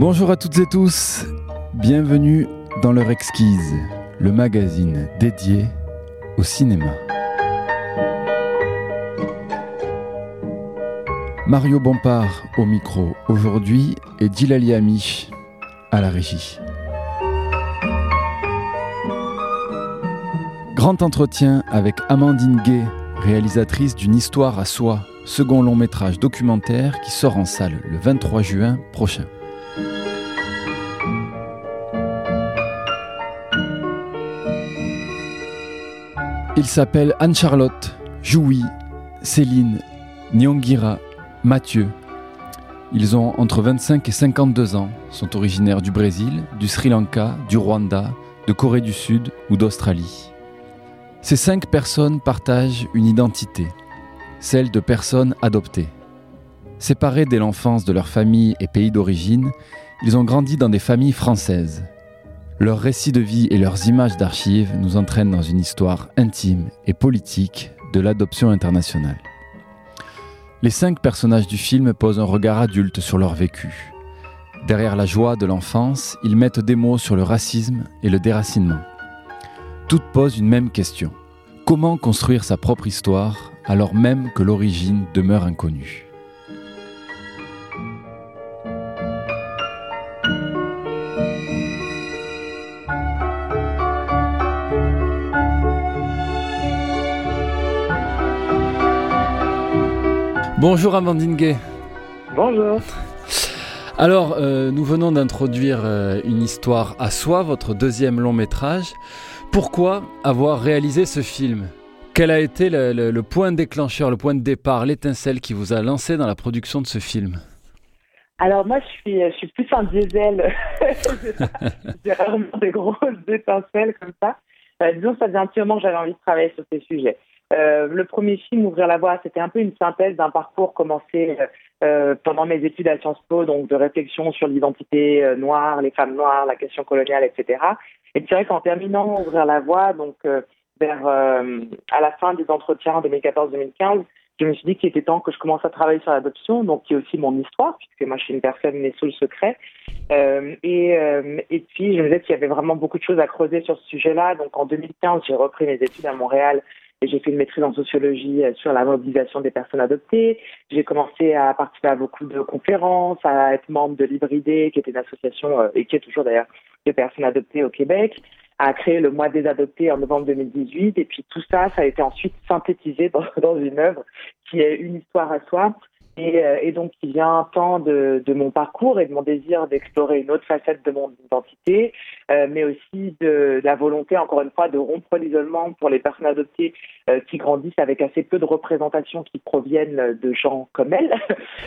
Bonjour à toutes et tous, bienvenue dans l'heure exquise, le magazine dédié au cinéma. Mario Bompard au micro aujourd'hui et Djilali Amish à la régie. Grand entretien avec Amandine Gay, réalisatrice d'Une histoire à soi, second long métrage documentaire qui sort en salle le 23 juin prochain. Ils s'appellent Anne-Charlotte, Jouy, Céline, Nyongira, Mathieu. Ils ont entre 25 et 52 ans, sont originaires du Brésil, du Sri Lanka, du Rwanda, de Corée du Sud ou d'Australie. Ces 5 personnes partagent une identité, celle de personnes adoptées. Séparés dès l'enfance de leur famille et pays d'origine, ils ont grandi dans des familles françaises. Leurs récits de vie et leurs images d'archives nous entraînent dans une histoire intime et politique de l'adoption internationale. Les 5 personnages du film posent un regard adulte sur leur vécu. Derrière la joie de l'enfance, ils mettent des mots sur le racisme et le déracinement. Toutes posent une même question. Comment construire sa propre histoire alors même que l'origine demeure inconnue ? Bonjour Amandine Gay. Bonjour. Alors, nous venons d'introduire Une histoire à soi, votre deuxième long métrage. Pourquoi avoir réalisé ce film ? Quel a été le point déclencheur, le point de départ, l'étincelle qui vous a lancé dans la production de ce film ? Alors moi, je suis plus un diesel. J'ai rarement des grosses étincelles comme ça. Disons, ça faisait un petit moment que j'avais envie de travailler sur ces sujets. Le premier film, Ouvrir la voie, c'était un peu une synthèse d'un parcours commencé pendant mes études à Sciences Po, donc de réflexion sur l'identité noire, les femmes noires, la question coloniale, etc. Et c'est vrai qu'en terminant Ouvrir la voie, donc à la fin des entretiens en 2014-2015, je me suis dit qu'il était temps que je commence à travailler sur l'adoption, donc qui est aussi mon histoire, puisque moi je suis une personne née sous le secret. Et puis je me disais qu'il y avait vraiment beaucoup de choses à creuser sur ce sujet-là. Donc en 2015, j'ai repris mes études à Montréal et j'ai fait une maîtrise en sociologie sur la mobilisation des personnes adoptées. J'ai commencé à participer à beaucoup de conférences, à être membre de Libridé, qui était une association, et qui est toujours d'ailleurs, de personnes adoptées au Québec, à créer le mois des adoptés en novembre 2018. Et puis tout ça, ça a été ensuite synthétisé dans une œuvre qui est Une histoire à soi. Et donc, il vient tant de mon parcours et de mon désir d'explorer une autre facette de mon identité, mais aussi de la volonté, encore une fois, de rompre l'isolement pour les personnes adoptées qui grandissent avec assez peu de représentations qui proviennent de gens comme elles.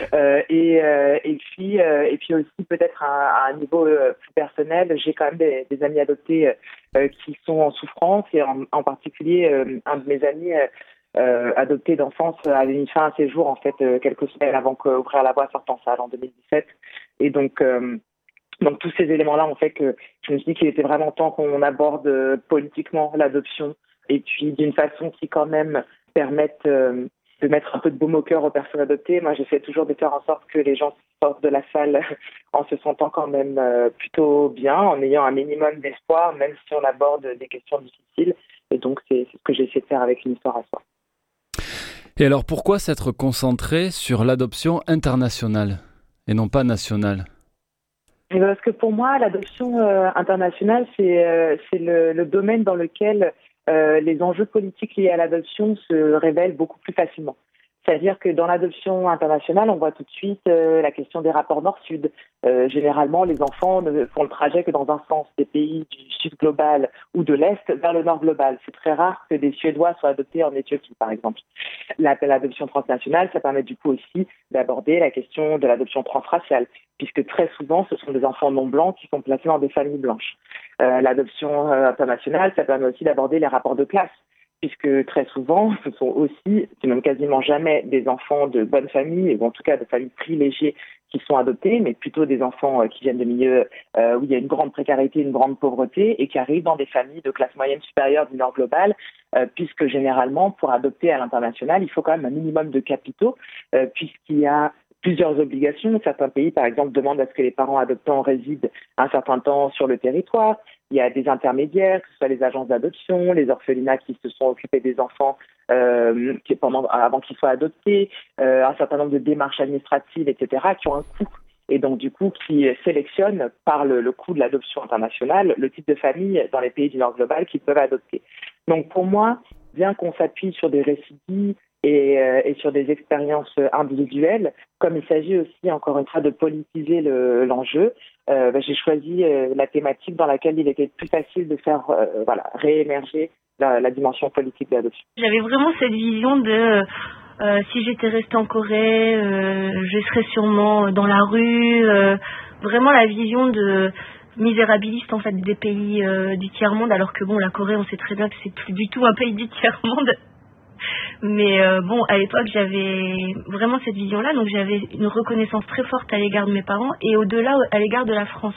Et puis aussi, peut-être à un niveau plus personnel, j'ai quand même des amis adoptés qui sont en souffrance, et en particulier un de mes amis adopté d'enfance avait mis fin à ses jours en fait quelques semaines avant qu'Ouvrir la voie sorte en salle en 2017. Et donc tous ces éléments-là ont fait que je me suis dit qu'il était vraiment temps qu'on aborde politiquement l'adoption, et puis d'une façon qui quand même permette de mettre un peu de baume au cœur aux personnes adoptées. Moi, j'essaie toujours de faire en sorte que les gens sortent de la salle en se sentant quand même plutôt bien, en ayant un minimum d'espoir, même si on aborde des questions difficiles. Et donc, c'est ce que j'ai essayé de faire avec Une histoire à soi. Et alors, pourquoi s'être concentré sur l'adoption internationale et non pas nationale ? Parce que pour moi, l'adoption internationale, c'est le domaine dans lequel les enjeux politiques liés à l'adoption se révèlent beaucoup plus facilement. C'est-à-dire que dans l'adoption internationale, on voit tout de suite la question des rapports nord-sud. Généralement, les enfants ne font le trajet que dans un sens, des pays du sud global ou de l'est vers le nord global. C'est très rare que des Suédois soient adoptés en Éthiopie, par exemple. L'adoption transnationale, ça permet du coup aussi d'aborder la question de l'adoption transraciale, puisque très souvent, ce sont des enfants non blancs qui sont placés dans des familles blanches. L'adoption internationale, ça permet aussi d'aborder les rapports de classe, puisque très souvent, ce sont aussi, c'est même quasiment jamais, des enfants de bonnes familles, ou en tout cas de familles privilégiées qui sont adoptés, mais plutôt des enfants qui viennent de milieux où il y a une grande précarité, une grande pauvreté, et qui arrivent dans des familles de classe moyenne supérieure du Nord global, puisque généralement, pour adopter à l'international, il faut quand même un minimum de capitaux, puisqu'il y a plusieurs obligations. Certains pays, par exemple, demandent à ce que les parents adoptants résident un certain temps sur le territoire. Il y a des intermédiaires, que ce soit les agences d'adoption, les orphelinats qui se sont occupés des enfants avant qu'ils soient adoptés, un certain nombre de démarches administratives, etc., qui ont un coût. Et donc, du coup, qui sélectionnent par le coût de l'adoption internationale le type de famille dans les pays du Nord global qu'ils peuvent adopter. Donc, pour moi, bien qu'on s'appuie sur des récits et sur des expériences individuelles, comme il s'agit aussi, encore une fois, de politiser l'enjeu, j'ai choisi la thématique dans laquelle il était plus facile de faire réémerger la dimension politique de l'adoption. J'avais vraiment cette vision de si j'étais restée en Corée, je serais sûrement dans la rue. Vraiment la vision de misérabiliste en fait des pays du tiers-monde, alors que bon, la Corée, on sait très bien que c'est plus du tout un pays du tiers-monde. Mais bon, à l'époque, j'avais vraiment cette vision-là, donc j'avais une reconnaissance très forte à l'égard de mes parents et au-delà à l'égard de la France.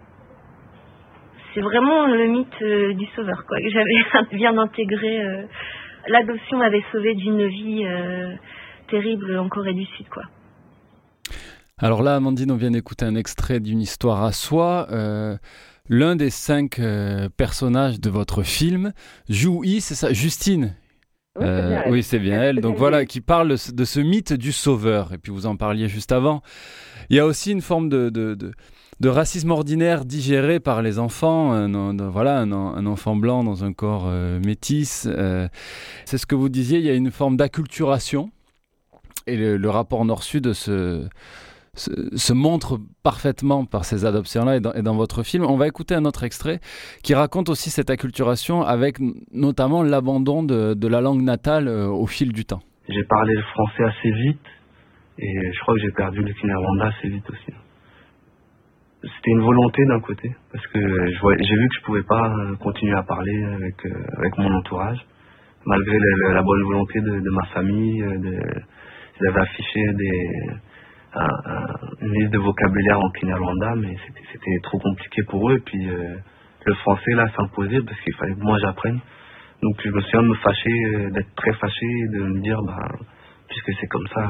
C'est vraiment le mythe du sauveur, quoi. J'avais bien intégré. L'adoption m'avait sauvée d'une vie terrible en Corée du Sud, quoi. Alors là, Amandine, on vient d'écouter un extrait d'une histoire à soi. L'un des 5 personnages de votre film, Ju-hee, c'est ça, Justine. Oui, c'est bien elle. Donc voilà, qui parle de ce mythe du sauveur. Et puis vous en parliez juste avant. Il y a aussi une forme de racisme ordinaire digéré par les enfants. Un enfant blanc dans un corps métis. C'est ce que vous disiez, il y a une forme d'acculturation. Et le rapport Nord-Sud se montre parfaitement par ces adoptions-là et dans votre film. On va écouter un autre extrait qui raconte aussi cette acculturation avec notamment l'abandon de la langue natale au fil du temps. J'ai parlé le français assez vite et je crois que j'ai perdu le kinyarwanda assez vite aussi. C'était une volonté d'un côté parce que j'ai vu que je pouvais pas continuer à parler avec mon entourage malgré la bonne volonté de ma famille. Ils avaient affiché une liste de vocabulaire en kinyarwanda, mais c'était trop compliqué pour eux. Et puis le français là s'imposait parce qu'il fallait que moi j'apprenne. Donc je me souviens de me fâcher, d'être très fâché, de me dire puisque c'est comme ça,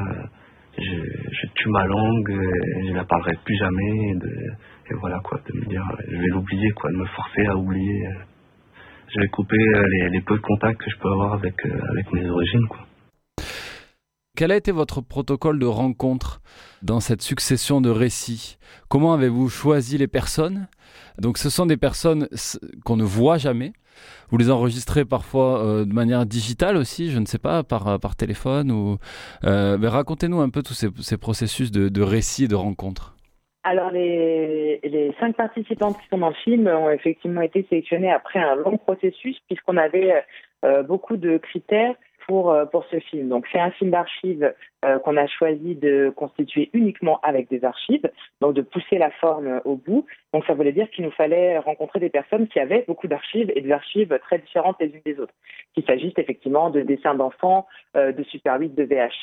je tue ma langue, je la parlerai plus jamais. Et voilà quoi, de me dire je vais l'oublier quoi, de me forcer à oublier. Je vais couper les peu de contacts que je peux avoir avec mes origines quoi. Quel a été votre protocole de rencontre dans cette succession de récits ? Comment avez-vous choisi les personnes ? Donc ce sont des personnes qu'on ne voit jamais. Vous les enregistrez parfois de manière digitale aussi, je ne sais pas, par téléphone ou. Mais racontez-nous un peu tous ces processus de récits et de rencontres. Alors les 5 participantes qui sont dans le film ont effectivement été sélectionnées après un long processus puisqu'on avait beaucoup de critères pour ce film. Donc c'est un film d'archives qu'on a choisi de constituer uniquement avec des archives, donc de pousser la forme au bout. Donc ça voulait dire qu'il nous fallait rencontrer des personnes qui avaient beaucoup d'archives et des archives très différentes les unes des autres. Qu'il s'agisse effectivement de dessins d'enfants, de Super 8, de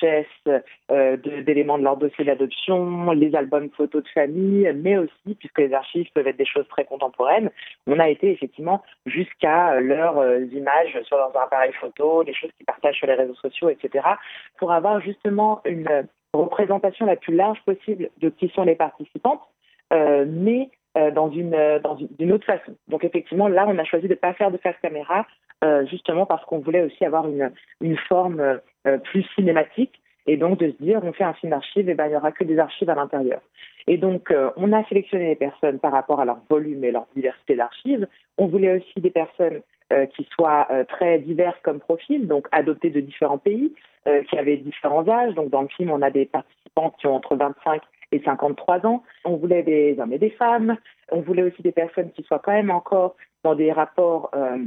VHS, d'éléments de leur dossier d'adoption, les albums photos de famille, mais aussi, puisque les archives peuvent être des choses très contemporaines, on a été effectivement jusqu'à leurs images sur leurs appareils photo, les choses qu'ils partagent sur les réseaux sociaux, etc., pour avoir justement une représentation la plus large possible de qui sont les participantes, mais dans d'une autre façon. Donc effectivement, là, on a choisi de ne pas faire de face caméra, justement parce qu'on voulait aussi avoir une forme plus cinématique, et donc de se dire, on fait un film d'archives, et il n'y aura que des archives à l'intérieur. Et donc, on a sélectionné les personnes par rapport à leur volume et leur diversité d'archives. On voulait aussi des personnes qui soient très diverses comme profil, donc adoptées de différents pays, qui avaient différents âges. Donc dans le film, on a des participantes qui ont entre 25 et 53 ans. On voulait des hommes et des femmes. On voulait aussi des personnes qui soient quand même encore dans des rapports,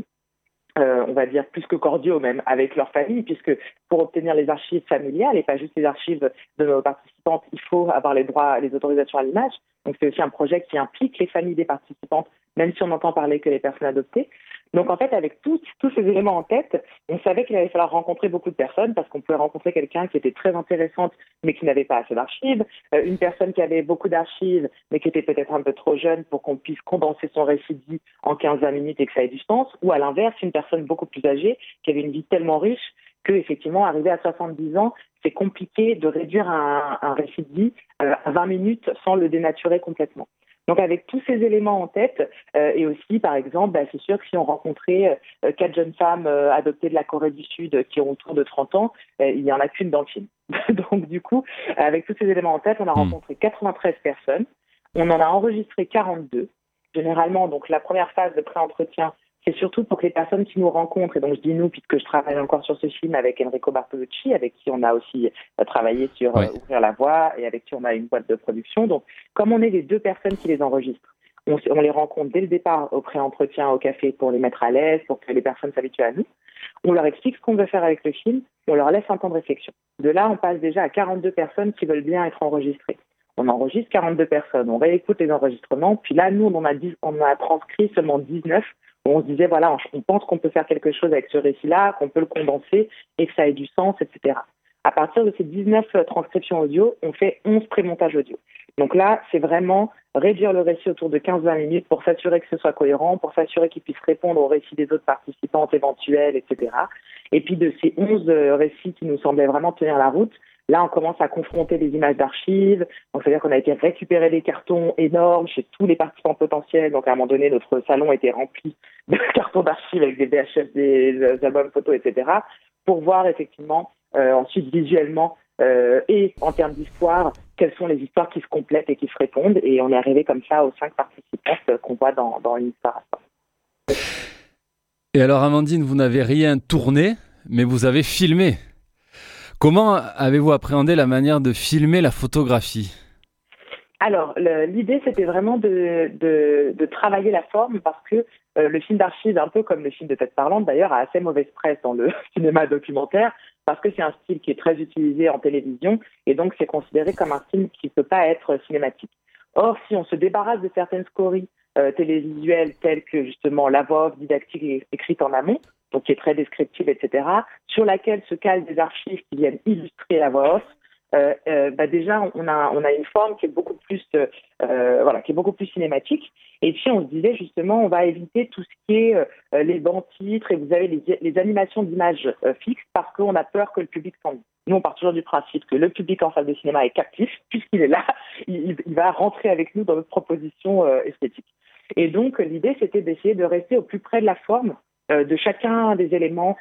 on va dire, plus que cordiaux même, avec leur famille, puisque pour obtenir les archives familiales et pas juste les archives de nos participantes, il faut avoir les droits, les autorisations à l'image. Donc c'est aussi un projet qui implique les familles des participantes, même si on n'entend parler que les personnes adoptées. Donc en fait, avec tous ces éléments en tête, on savait qu'il allait falloir rencontrer beaucoup de personnes parce qu'on pouvait rencontrer quelqu'un qui était très intéressante mais qui n'avait pas assez d'archives, une personne qui avait beaucoup d'archives mais qui était peut-être un peu trop jeune pour qu'on puisse condenser son récit de vie en 15-20 minutes et que ça ait du sens, ou à l'inverse, une personne beaucoup plus âgée qui avait une vie tellement riche que effectivement, arrivé à 70 ans, c'est compliqué de réduire un récit de vie à 20 minutes sans le dénaturer complètement. Donc avec tous ces éléments en tête, et aussi par exemple, c'est sûr que si on rencontrait 4 jeunes femmes adoptées de la Corée du Sud qui ont autour de 30 ans, il n'y en a qu'une dans le film. Donc du coup, avec tous ces éléments en tête, on a rencontré 93 personnes, on en a enregistré 42. Généralement, donc la première phase de pré-entretien, c'est surtout pour que les personnes qui nous rencontrent, et donc je dis nous puisque je travaille encore sur ce film avec Enrico Bartolucci, avec qui on a aussi travaillé sur Ouvrir la voie et avec qui on a une boîte de production. Donc comme on est les 2 personnes qui les enregistrent, on les rencontre dès le départ au pré-entretien au café pour les mettre à l'aise, pour que les personnes s'habituent à nous. On leur explique ce qu'on veut faire avec le film, on leur laisse un temps de réflexion. De là, on passe déjà à 42 personnes qui veulent bien être enregistrées. On enregistre 42 personnes, on réécoute les enregistrements, puis là, nous, on a transcrit seulement 19. On se disait, voilà, on pense qu'on peut faire quelque chose avec ce récit-là, qu'on peut le condenser et que ça ait du sens, etc. À partir de ces 19 transcriptions audio, on fait 11 pré-montages audio. Donc là, c'est vraiment réduire le récit autour de 15-20 minutes pour s'assurer que ce soit cohérent, pour s'assurer qu'il puisse répondre aux récits des autres participantes éventuels, etc. Et puis de ces 11 récits qui nous semblaient vraiment tenir la route, là, on commence à confronter des images d'archives. Donc, c'est-à-dire qu'on a été récupérer des cartons énormes chez tous les participants potentiels. Donc, à un moment donné, notre salon était rempli de cartons d'archives avec des VHS, des albums photos, etc. pour voir effectivement ensuite visuellement et en termes d'histoire, quelles sont les histoires qui se complètent et qui se répondent. Et on est arrivé comme ça aux 5 participantes qu'on voit dans une histoire à soi. Et alors, Amandine, vous n'avez rien tourné, mais vous avez filmé. Comment avez-vous appréhendé la manière de filmer la photographie ? Alors, l'idée, c'était vraiment de travailler la forme parce que le film d'archives, un peu comme le film de tête parlante d'ailleurs, a assez mauvaise presse dans le cinéma documentaire parce que c'est un style qui est très utilisé en télévision et donc c'est considéré comme un film qui ne peut pas être cinématique. Or, si on se débarrasse de certaines scories télévisuelles telles que justement la voix off didactique écrite en amont, donc qui est très descriptive, etc., sur laquelle se calent des archives qui viennent illustrer la voix off, déjà on a une forme qui est beaucoup plus qui est beaucoup plus cinématique. Et puis on se disait justement on va éviter tout ce qui est les bancs titres et vous avez les animations d'images fixes parce qu'on a peur que le public s'ennuie. Nous on part toujours du principe que le public en salle de cinéma est captif puisqu'il est là, il va rentrer avec nous dans notre proposition esthétique. Et donc l'idée c'était d'essayer de rester au plus près de la forme de chacun des éléments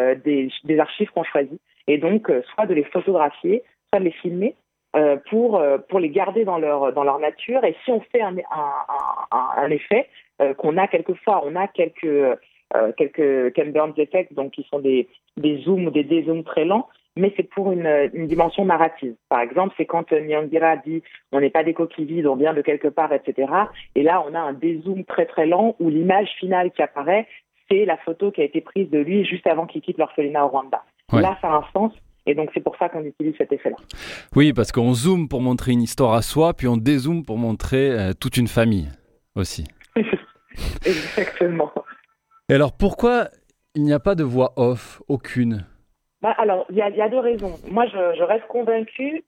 des archives qu'on choisit et donc soit de les photographier, soit de les filmer pour les garder dans leur nature. Et si on fait un effet qu'on a quelquefois, on a quelques Ken Burns effects, donc qui sont des zooms ou des dézooms très lents, mais c'est pour une dimension narrative. Par exemple, c'est quand Nyangira dit « on n'est pas des coquilles vides, on vient de quelque part, etc. » Et là, on a un dézoom très très lent où l'image finale qui apparaît, c'est la photo qui a été prise de lui juste avant qu'il quitte l'orphelinat au Rwanda. Ouais. Là, ça a un sens. Et donc, c'est pour ça qu'on utilise cet effet-là. Oui, parce qu'on zoome pour montrer une histoire à soi, puis on dézoome pour montrer toute une famille aussi. Exactement. Et alors, pourquoi il n'y a pas de voix off, aucune ? Alors, il y a 2 raisons. Moi, je reste convaincue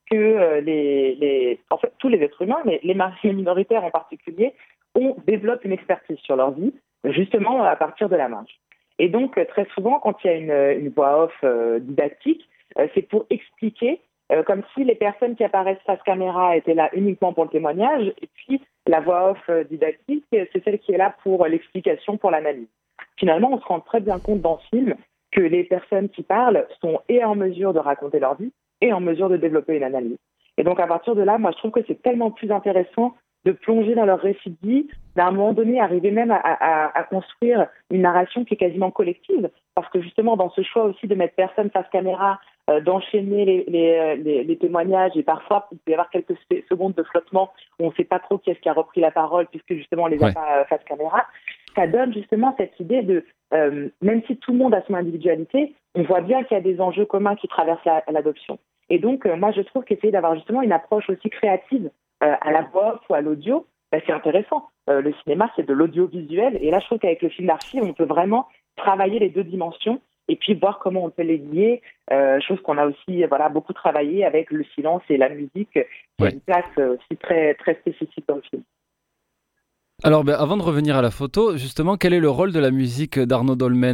que en fait, tous les êtres humains, mais les minoritaires en particulier, développent une expertise sur leur vie, justement à partir de la marge. Et donc, très souvent, quand il y a une voix off didactique, c'est pour expliquer, comme si les personnes qui apparaissent face caméra étaient là uniquement pour le témoignage, et puis la voix off didactique, c'est celle qui est là pour l'explication, pour l'analyse. Finalement, on se rend très bien compte dans ce film que les personnes qui parlent sont et en mesure de raconter leur vie, et en mesure de développer une analyse. Et donc, à partir de là, moi, je trouve que c'est tellement plus intéressant de plonger dans leur récit de vie, d'à un moment donné arriver même à construire une narration qui est quasiment collective, parce que justement dans ce choix aussi de mettre personne face caméra, d'enchaîner les témoignages, et parfois il peut y avoir quelques secondes de flottement où on ne sait pas trop qui est-ce qui a repris la parole puisque justement on les a pas face caméra, ça donne justement cette idée de même si tout le monde a son individualité, on voit bien qu'il y a des enjeux communs qui traversent l'adoption. Et donc moi je trouve qu'essayer d'avoir justement une approche aussi créative à la voix off ou à l'audio, c'est intéressant. Le cinéma, c'est de l'audiovisuel. Et là, je trouve qu'avec le film d'archives, on peut vraiment travailler les 2 dimensions et puis voir comment on peut les lier. Chose qu'on a aussi beaucoup travaillé avec le silence et la musique, qui a une place aussi très, très spécifique dans le film. Alors, avant de revenir à la photo, justement, quel est le rôle de la musique d'Arnaud Dolmen ?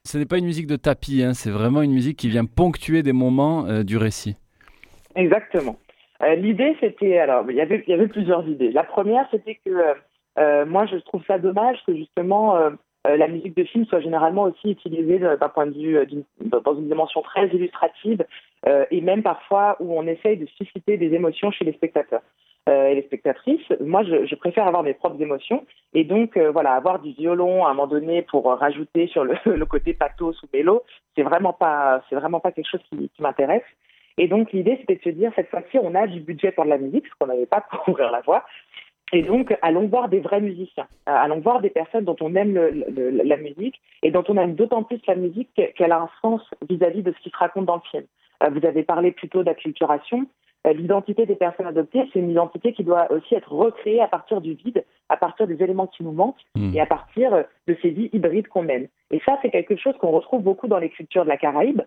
Ce n'est pas une musique de tapis, hein, c'est vraiment une musique qui vient ponctuer des moments du récit. Exactement. L'idée, c'était... Alors, il y avait plusieurs idées. La première, c'était que moi, je trouve ça dommage que justement la musique de film soit généralement aussi utilisée d'un point de vue, dans une dimension très illustrative et même parfois où on essaye de susciter des émotions chez les spectateurs et les spectatrices. Moi, je préfère avoir mes propres émotions et donc avoir du violon à un moment donné pour rajouter sur le côté pathos ou mélo, c'est vraiment pas quelque chose qui m'intéresse. Et donc l'idée, c'était de se dire cette fois-ci, on a du budget pour de la musique, parce qu'on n'avait pas pour ouvrir la voie. Et donc, allons voir des vrais musiciens, allons voir des personnes dont on aime la musique et dont on aime d'autant plus la musique qu'elle a un sens vis-à-vis de ce qui se raconte dans le film. Vous avez parlé plutôt d'acculturation. L'identité des personnes adoptées, c'est une identité qui doit aussi être recréée à partir du vide, à partir des éléments qui nous manquent et à partir de ces vies hybrides qu'on mène. Et ça, c'est quelque chose qu'on retrouve beaucoup dans les cultures de la Caraïbe,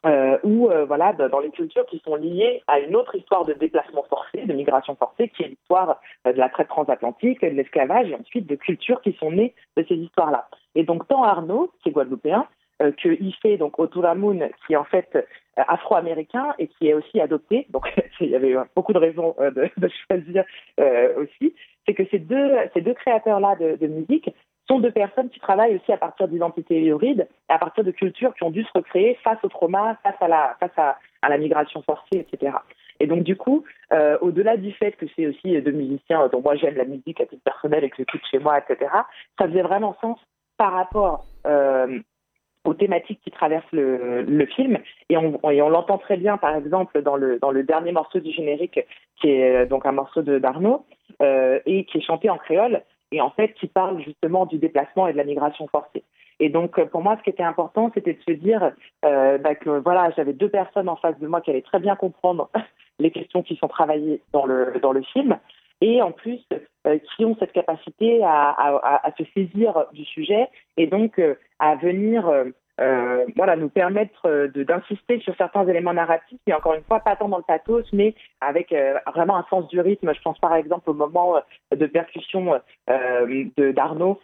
dans les cultures qui sont liées à une autre histoire de déplacement forcé, de migration forcée, qui est l'histoire de la traite transatlantique, de l'esclavage et ensuite de cultures qui sont nées de ces histoires-là. Et donc, tant Arnaud, qui est guadeloupéen, que Ife, donc Oturamoun, qui est en fait afro-américain et qui est aussi adopté, donc il y avait beaucoup de raisons de choisir aussi, c'est que ces deux créateurs-là de musique sont deux personnes qui travaillent aussi à partir d'identités hybrides, à partir de cultures qui ont dû se recréer face au trauma, face à la migration forcée, etc. Et donc du coup, au-delà du fait que c'est aussi deux musiciens dont moi j'aime la musique à titre personnel et que j'écoute chez moi, etc., ça faisait vraiment sens par rapport aux thématiques qui traversent le film. Et on l'entend très bien, par exemple, dans le dernier morceau du générique, qui est donc un morceau d'Arnaud, et qui est chanté en créole, et en fait qui parle justement du déplacement et de la migration forcée. Et donc pour moi, ce qui était important, c'était de se dire que voilà, j'avais deux personnes en face de moi qui allaient très bien comprendre les questions qui sont travaillées dans le film, et en plus qui ont cette capacité à se saisir du sujet et donc à venir nous permettre d'insister sur certains éléments narratifs, mais encore une fois, pas tant dans le pathos, mais avec vraiment un sens du rythme. Je pense par exemple au moment de percussion d'Arnaud,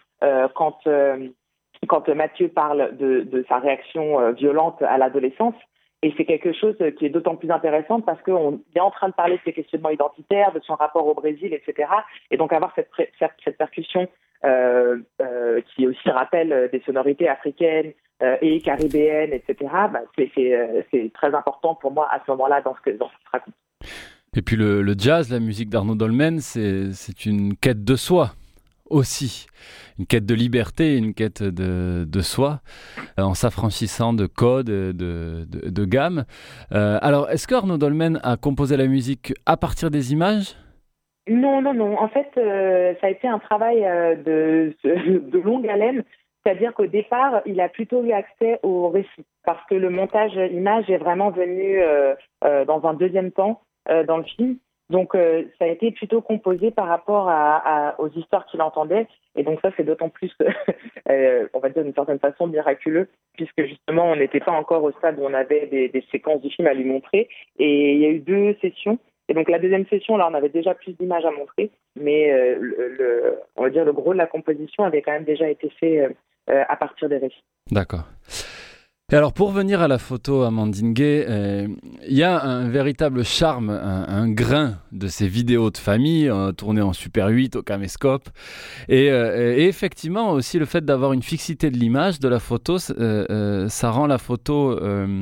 quand Mathieu parle de sa réaction violente à l'adolescence. Et c'est quelque chose qui est d'autant plus intéressant parce qu'on est en train de parler de ses questionnements identitaires, de son rapport au Brésil, etc. Et donc avoir cette percussion qui aussi rappelle des sonorités africaines et caribéennes, etc., c'est très important pour moi à ce moment-là dans ce que se raconte. Et puis le jazz, la musique d'Arnaud Dolmen, c'est une quête de soi aussi, une quête de liberté, une quête de soi, en s'affranchissant de codes, de gammes. Alors, est-ce que Arnaud Dolmen a composé la musique à partir des images ? Non. En fait, ça a été un travail de longue haleine. C'est-à-dire qu'au départ, il a plutôt eu accès au récit, parce que le montage image est vraiment venu dans un deuxième temps dans le film. Donc, ça a été plutôt composé par rapport aux histoires qu'il entendait. Et donc ça, c'est d'autant plus, on va dire d'une certaine façon, miraculeux, puisque justement, on n'était pas encore au stade où on avait des séquences du film à lui montrer. Et il y a eu 2 sessions. Et donc la deuxième session, là, on avait déjà plus d'images à montrer. Mais on va dire le gros de la composition avait quand même déjà été fait à partir des récits. D'accord. Et alors, pour venir à la photo, Amandine Gay, il y a un véritable charme, un grain de ces vidéos de famille tournées en Super 8 au caméscope. Et effectivement, aussi le fait d'avoir une fixité de l'image, de la photo, ça rend la photo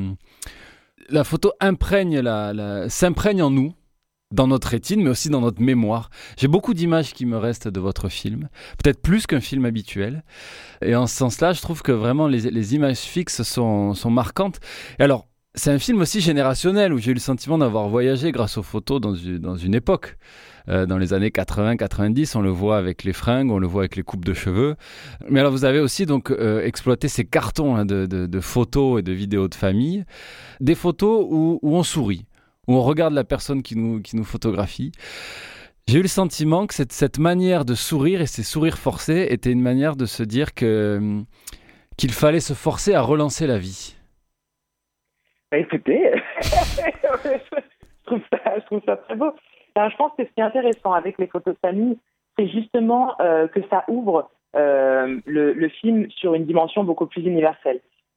s'imprègne en nous, dans notre rétine, mais aussi dans notre mémoire. J'ai beaucoup d'images qui me restent de votre film, peut-être plus qu'un film habituel. Et en ce sens-là, je trouve que vraiment les images fixes sont marquantes. Et alors, c'est un film aussi générationnel, où j'ai eu le sentiment d'avoir voyagé grâce aux photos dans une époque. Dans les années 80-90, on le voit avec les fringues, on le voit avec les coupes de cheveux. Mais alors, vous avez aussi donc exploité ces cartons de photos et de vidéos de famille. Des photos où on sourit, où on regarde la personne qui nous photographie. J'ai eu le sentiment que cette manière de sourire et ces sourires forcés étaient une manière de se dire qu'il fallait se forcer à relancer la vie. Écoutez, je trouve ça très beau. Alors, je pense que ce qui est intéressant avec les photos de famille, c'est justement que ça ouvre le film sur une dimension beaucoup plus universelle.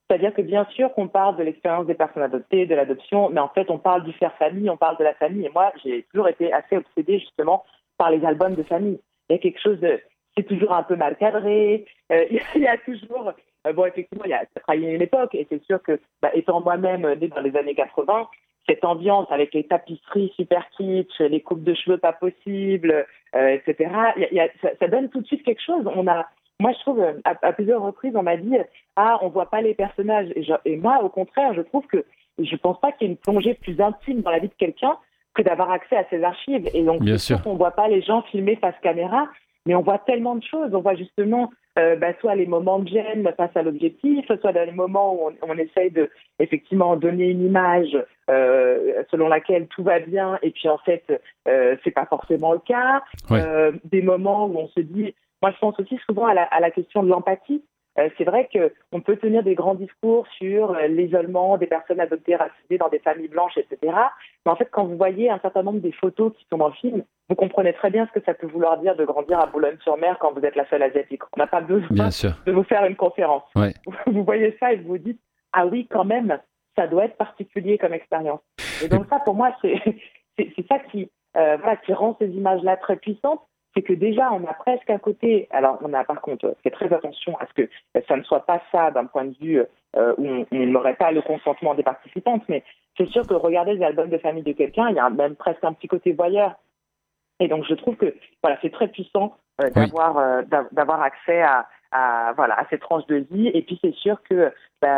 C'est-à-dire que bien sûr qu'on parle de l'expérience des personnes adoptées, de l'adoption, mais en fait on parle du faire famille, on parle de la famille. Et moi, j'ai toujours été assez obsédée justement par les albums de famille. Il y a quelque chose de... C'est toujours un peu mal cadré, il y a toujours... bon, effectivement, ça a trahi une époque, et c'est sûr que, étant moi-même née dans les années 80, cette ambiance avec les tapisseries super kitsch, les coupes de cheveux pas possibles, etc., ça donne tout de suite quelque chose. Moi, je trouve, à plusieurs reprises, on m'a dit « Ah, on voit pas les personnages ». Et moi, au contraire, je trouve que je pense pas qu'il y ait une plongée plus intime dans la vie de quelqu'un que d'avoir accès à ces archives. Et donc, Bien sûr. on voit pas les gens filmés face caméra, mais on voit tellement de choses. On voit justement soit les moments de gêne face à l'objectif, soit dans les moments où on essaye de effectivement donner une image selon laquelle tout va bien, et puis en fait, c'est pas forcément le cas. Ouais. Des moments où on se dit... Moi, je pense aussi souvent à la question de l'empathie. C'est vrai qu'on peut tenir des grands discours sur l'isolement des personnes adoptées racisées dans des familles blanches, etc. Mais en fait, quand vous voyez un certain nombre des photos qui sont dans le film, vous comprenez très bien ce que ça peut vouloir dire de grandir à Boulogne-sur-Mer quand vous êtes la seule asiatique. On n'a pas besoin de vous faire une conférence. Ouais. Vous voyez ça et vous vous dites « Ah oui, quand même, ça doit être particulier comme expérience ». Et donc ça, pour moi, c'est ça qui rend ces images-là très puissantes. C'est que déjà, on a presque un côté... Alors, on a par contre fait très attention à ce que ça ne soit pas ça d'un point de vue où on n'aurait pas le consentement des participantes, mais c'est sûr que regarder les albums de famille de quelqu'un, il y a même presque un petit côté voyeur. Et donc, je trouve que c'est très puissant d'avoir accès à ces tranches de vie. Et puis, c'est sûr que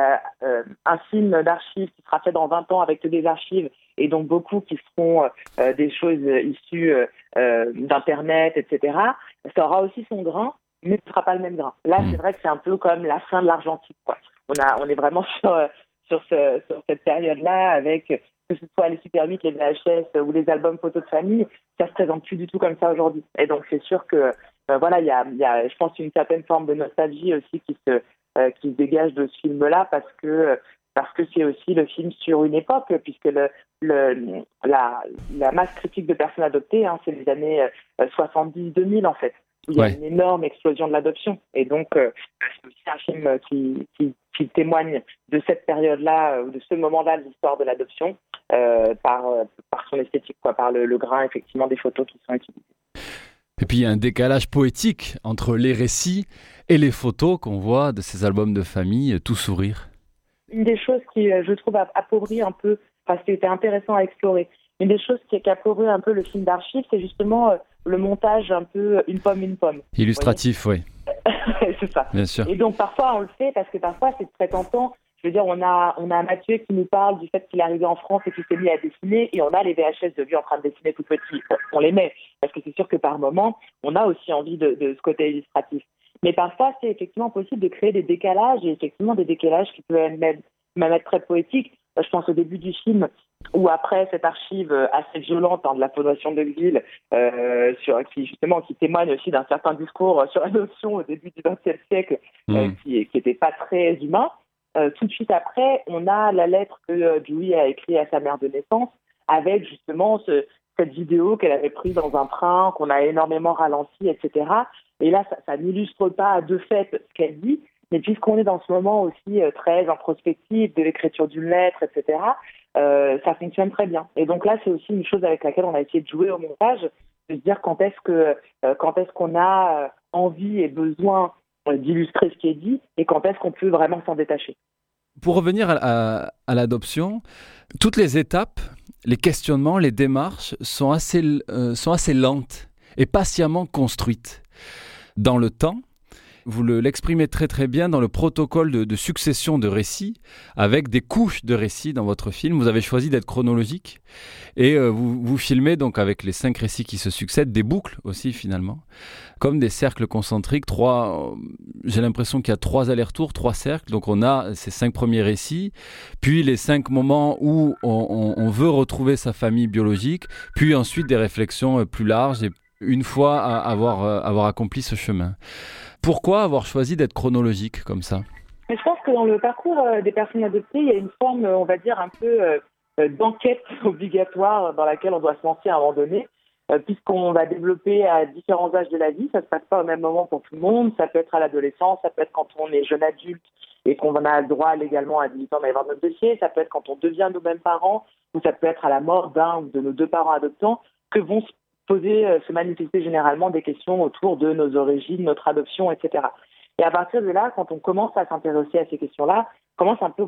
un film d'archives qui sera fait dans 20 ans avec des archives, et donc beaucoup qui seront des choses issues d'Internet, etc., ça aura aussi son grain, mais ce ne sera pas le même grain. Là, c'est vrai que c'est un peu comme la fin de l'argentique, quoi. On est vraiment sur cette période-là, avec que ce soit les Super 8, les VHS ou les albums photos de famille, ça se présente plus du tout comme ça aujourd'hui. Et donc, c'est sûr que il y a, je pense, une certaine forme de nostalgie aussi qui se dégage de ce film-là, parce que c'est aussi le film sur une époque, puisque la masse critique de personnes adoptées, c'est les années 70-2000 en fait, où il y a une énorme explosion de l'adoption. Et donc, c'est aussi un film qui témoigne de cette période-là, de ce moment-là de l'histoire de l'adoption, par son esthétique, par le grain, effectivement, des photos qui sont utilisées. Et puis il y a un décalage poétique entre les récits et les photos qu'on voit de ces albums de famille, tout sourire. Une des choses qui, je trouve, appauvrit un peu, parce que c'était intéressant à explorer, une des choses qui appauvrit un peu le film d'archives, c'est justement le montage un peu une pomme. Illustratif, oui. C'est ça. Bien sûr. Et donc parfois on le fait parce que parfois c'est très tentant. Je veux dire, on a Mathieu qui nous parle du fait qu'il est arrivé en France et qu'il s'est mis à dessiner, et on a les VHS de lui en train de dessiner tout petit. On les met, parce que c'est sûr que par moment, on a aussi envie de ce côté illustratif. Mais parfois, c'est effectivement possible de créer des décalages, et effectivement des décalages qui peuvent même être très poétiques. Je pense au début du film, où après cette archive assez violente de la Fondation de Gvil, qui témoigne aussi d'un certain discours sur l'adoption au début du XXe siècle, qui n'était pas très humain. Tout de suite après, on a la lettre que Dewey a écrite à sa mère de naissance, avec justement cette vidéo qu'elle avait prise dans un train, qu'on a énormément ralenti, etc. Et là, ça n'illustre pas de fait ce qu'elle dit, mais puisqu'on est dans ce moment aussi très introspectif de l'écriture d'une lettre, etc., ça fonctionne très bien. Et donc là, c'est aussi une chose avec laquelle on a essayé de jouer au montage, de se dire quand est-ce qu'on a envie et besoin d'illustrer ce qui est dit, et quand est-ce qu'on peut vraiment s'en détacher. Pour revenir à l'adoption, toutes les étapes, les questionnements, les démarches sont assez lentes et patiemment construites dans le temps. Vous l'exprimez très très bien dans le protocole de succession de récits, avec des couches de récits dans votre film. Vous avez choisi d'être chronologique et vous filmez donc avec les 5 récits qui se succèdent, des boucles aussi finalement, comme des cercles concentriques. J'ai l'impression qu'il y a 3 allers-retours, 3 cercles. Donc on a ces 5 premiers récits, puis les 5 moments où on veut retrouver sa famille biologique, puis ensuite des réflexions plus larges et une fois avoir accompli ce chemin. Pourquoi avoir choisi d'être chronologique comme ça ? Mais je pense que dans le parcours des personnes adoptées, il y a une forme, on va dire, un peu d'enquête obligatoire dans laquelle on doit se lancer à un moment donné. puisqu'on va développer à différents âges de la vie. Ça se passe pas au même moment pour tout le monde. Ça peut être à l'adolescence, ça peut être quand on est jeune adulte et qu'on a le droit légalement à 18 ans d'aller voir notre dossier. Ça peut être quand on devient nous-mêmes parents, ou ça peut être à la mort d'un ou de nos deux parents adoptants, que vont se manifester généralement des questions autour de nos origines, notre adoption, etc. Et à partir de là, quand on commence à s'intéresser à ces questions-là, commence un peu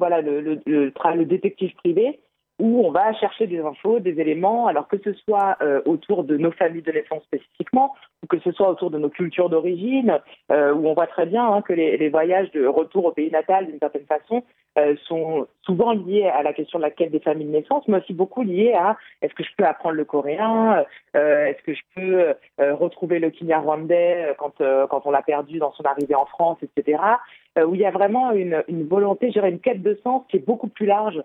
le détective privé, où on va chercher des infos, des éléments, alors que ce soit autour de nos familles de naissance spécifiquement, ou que ce soit autour de nos cultures d'origine, où on voit très bien que les voyages de retour au pays natal, d'une certaine façon, sont souvent liés à la question de la quête des familles de naissance, mais aussi beaucoup liés à est-ce que je peux apprendre le coréen, est-ce que je peux retrouver le kinyarwandais quand on l'a perdu dans son arrivée en France, etc. Où il y a vraiment une volonté, je dirais une quête de sens qui est beaucoup plus large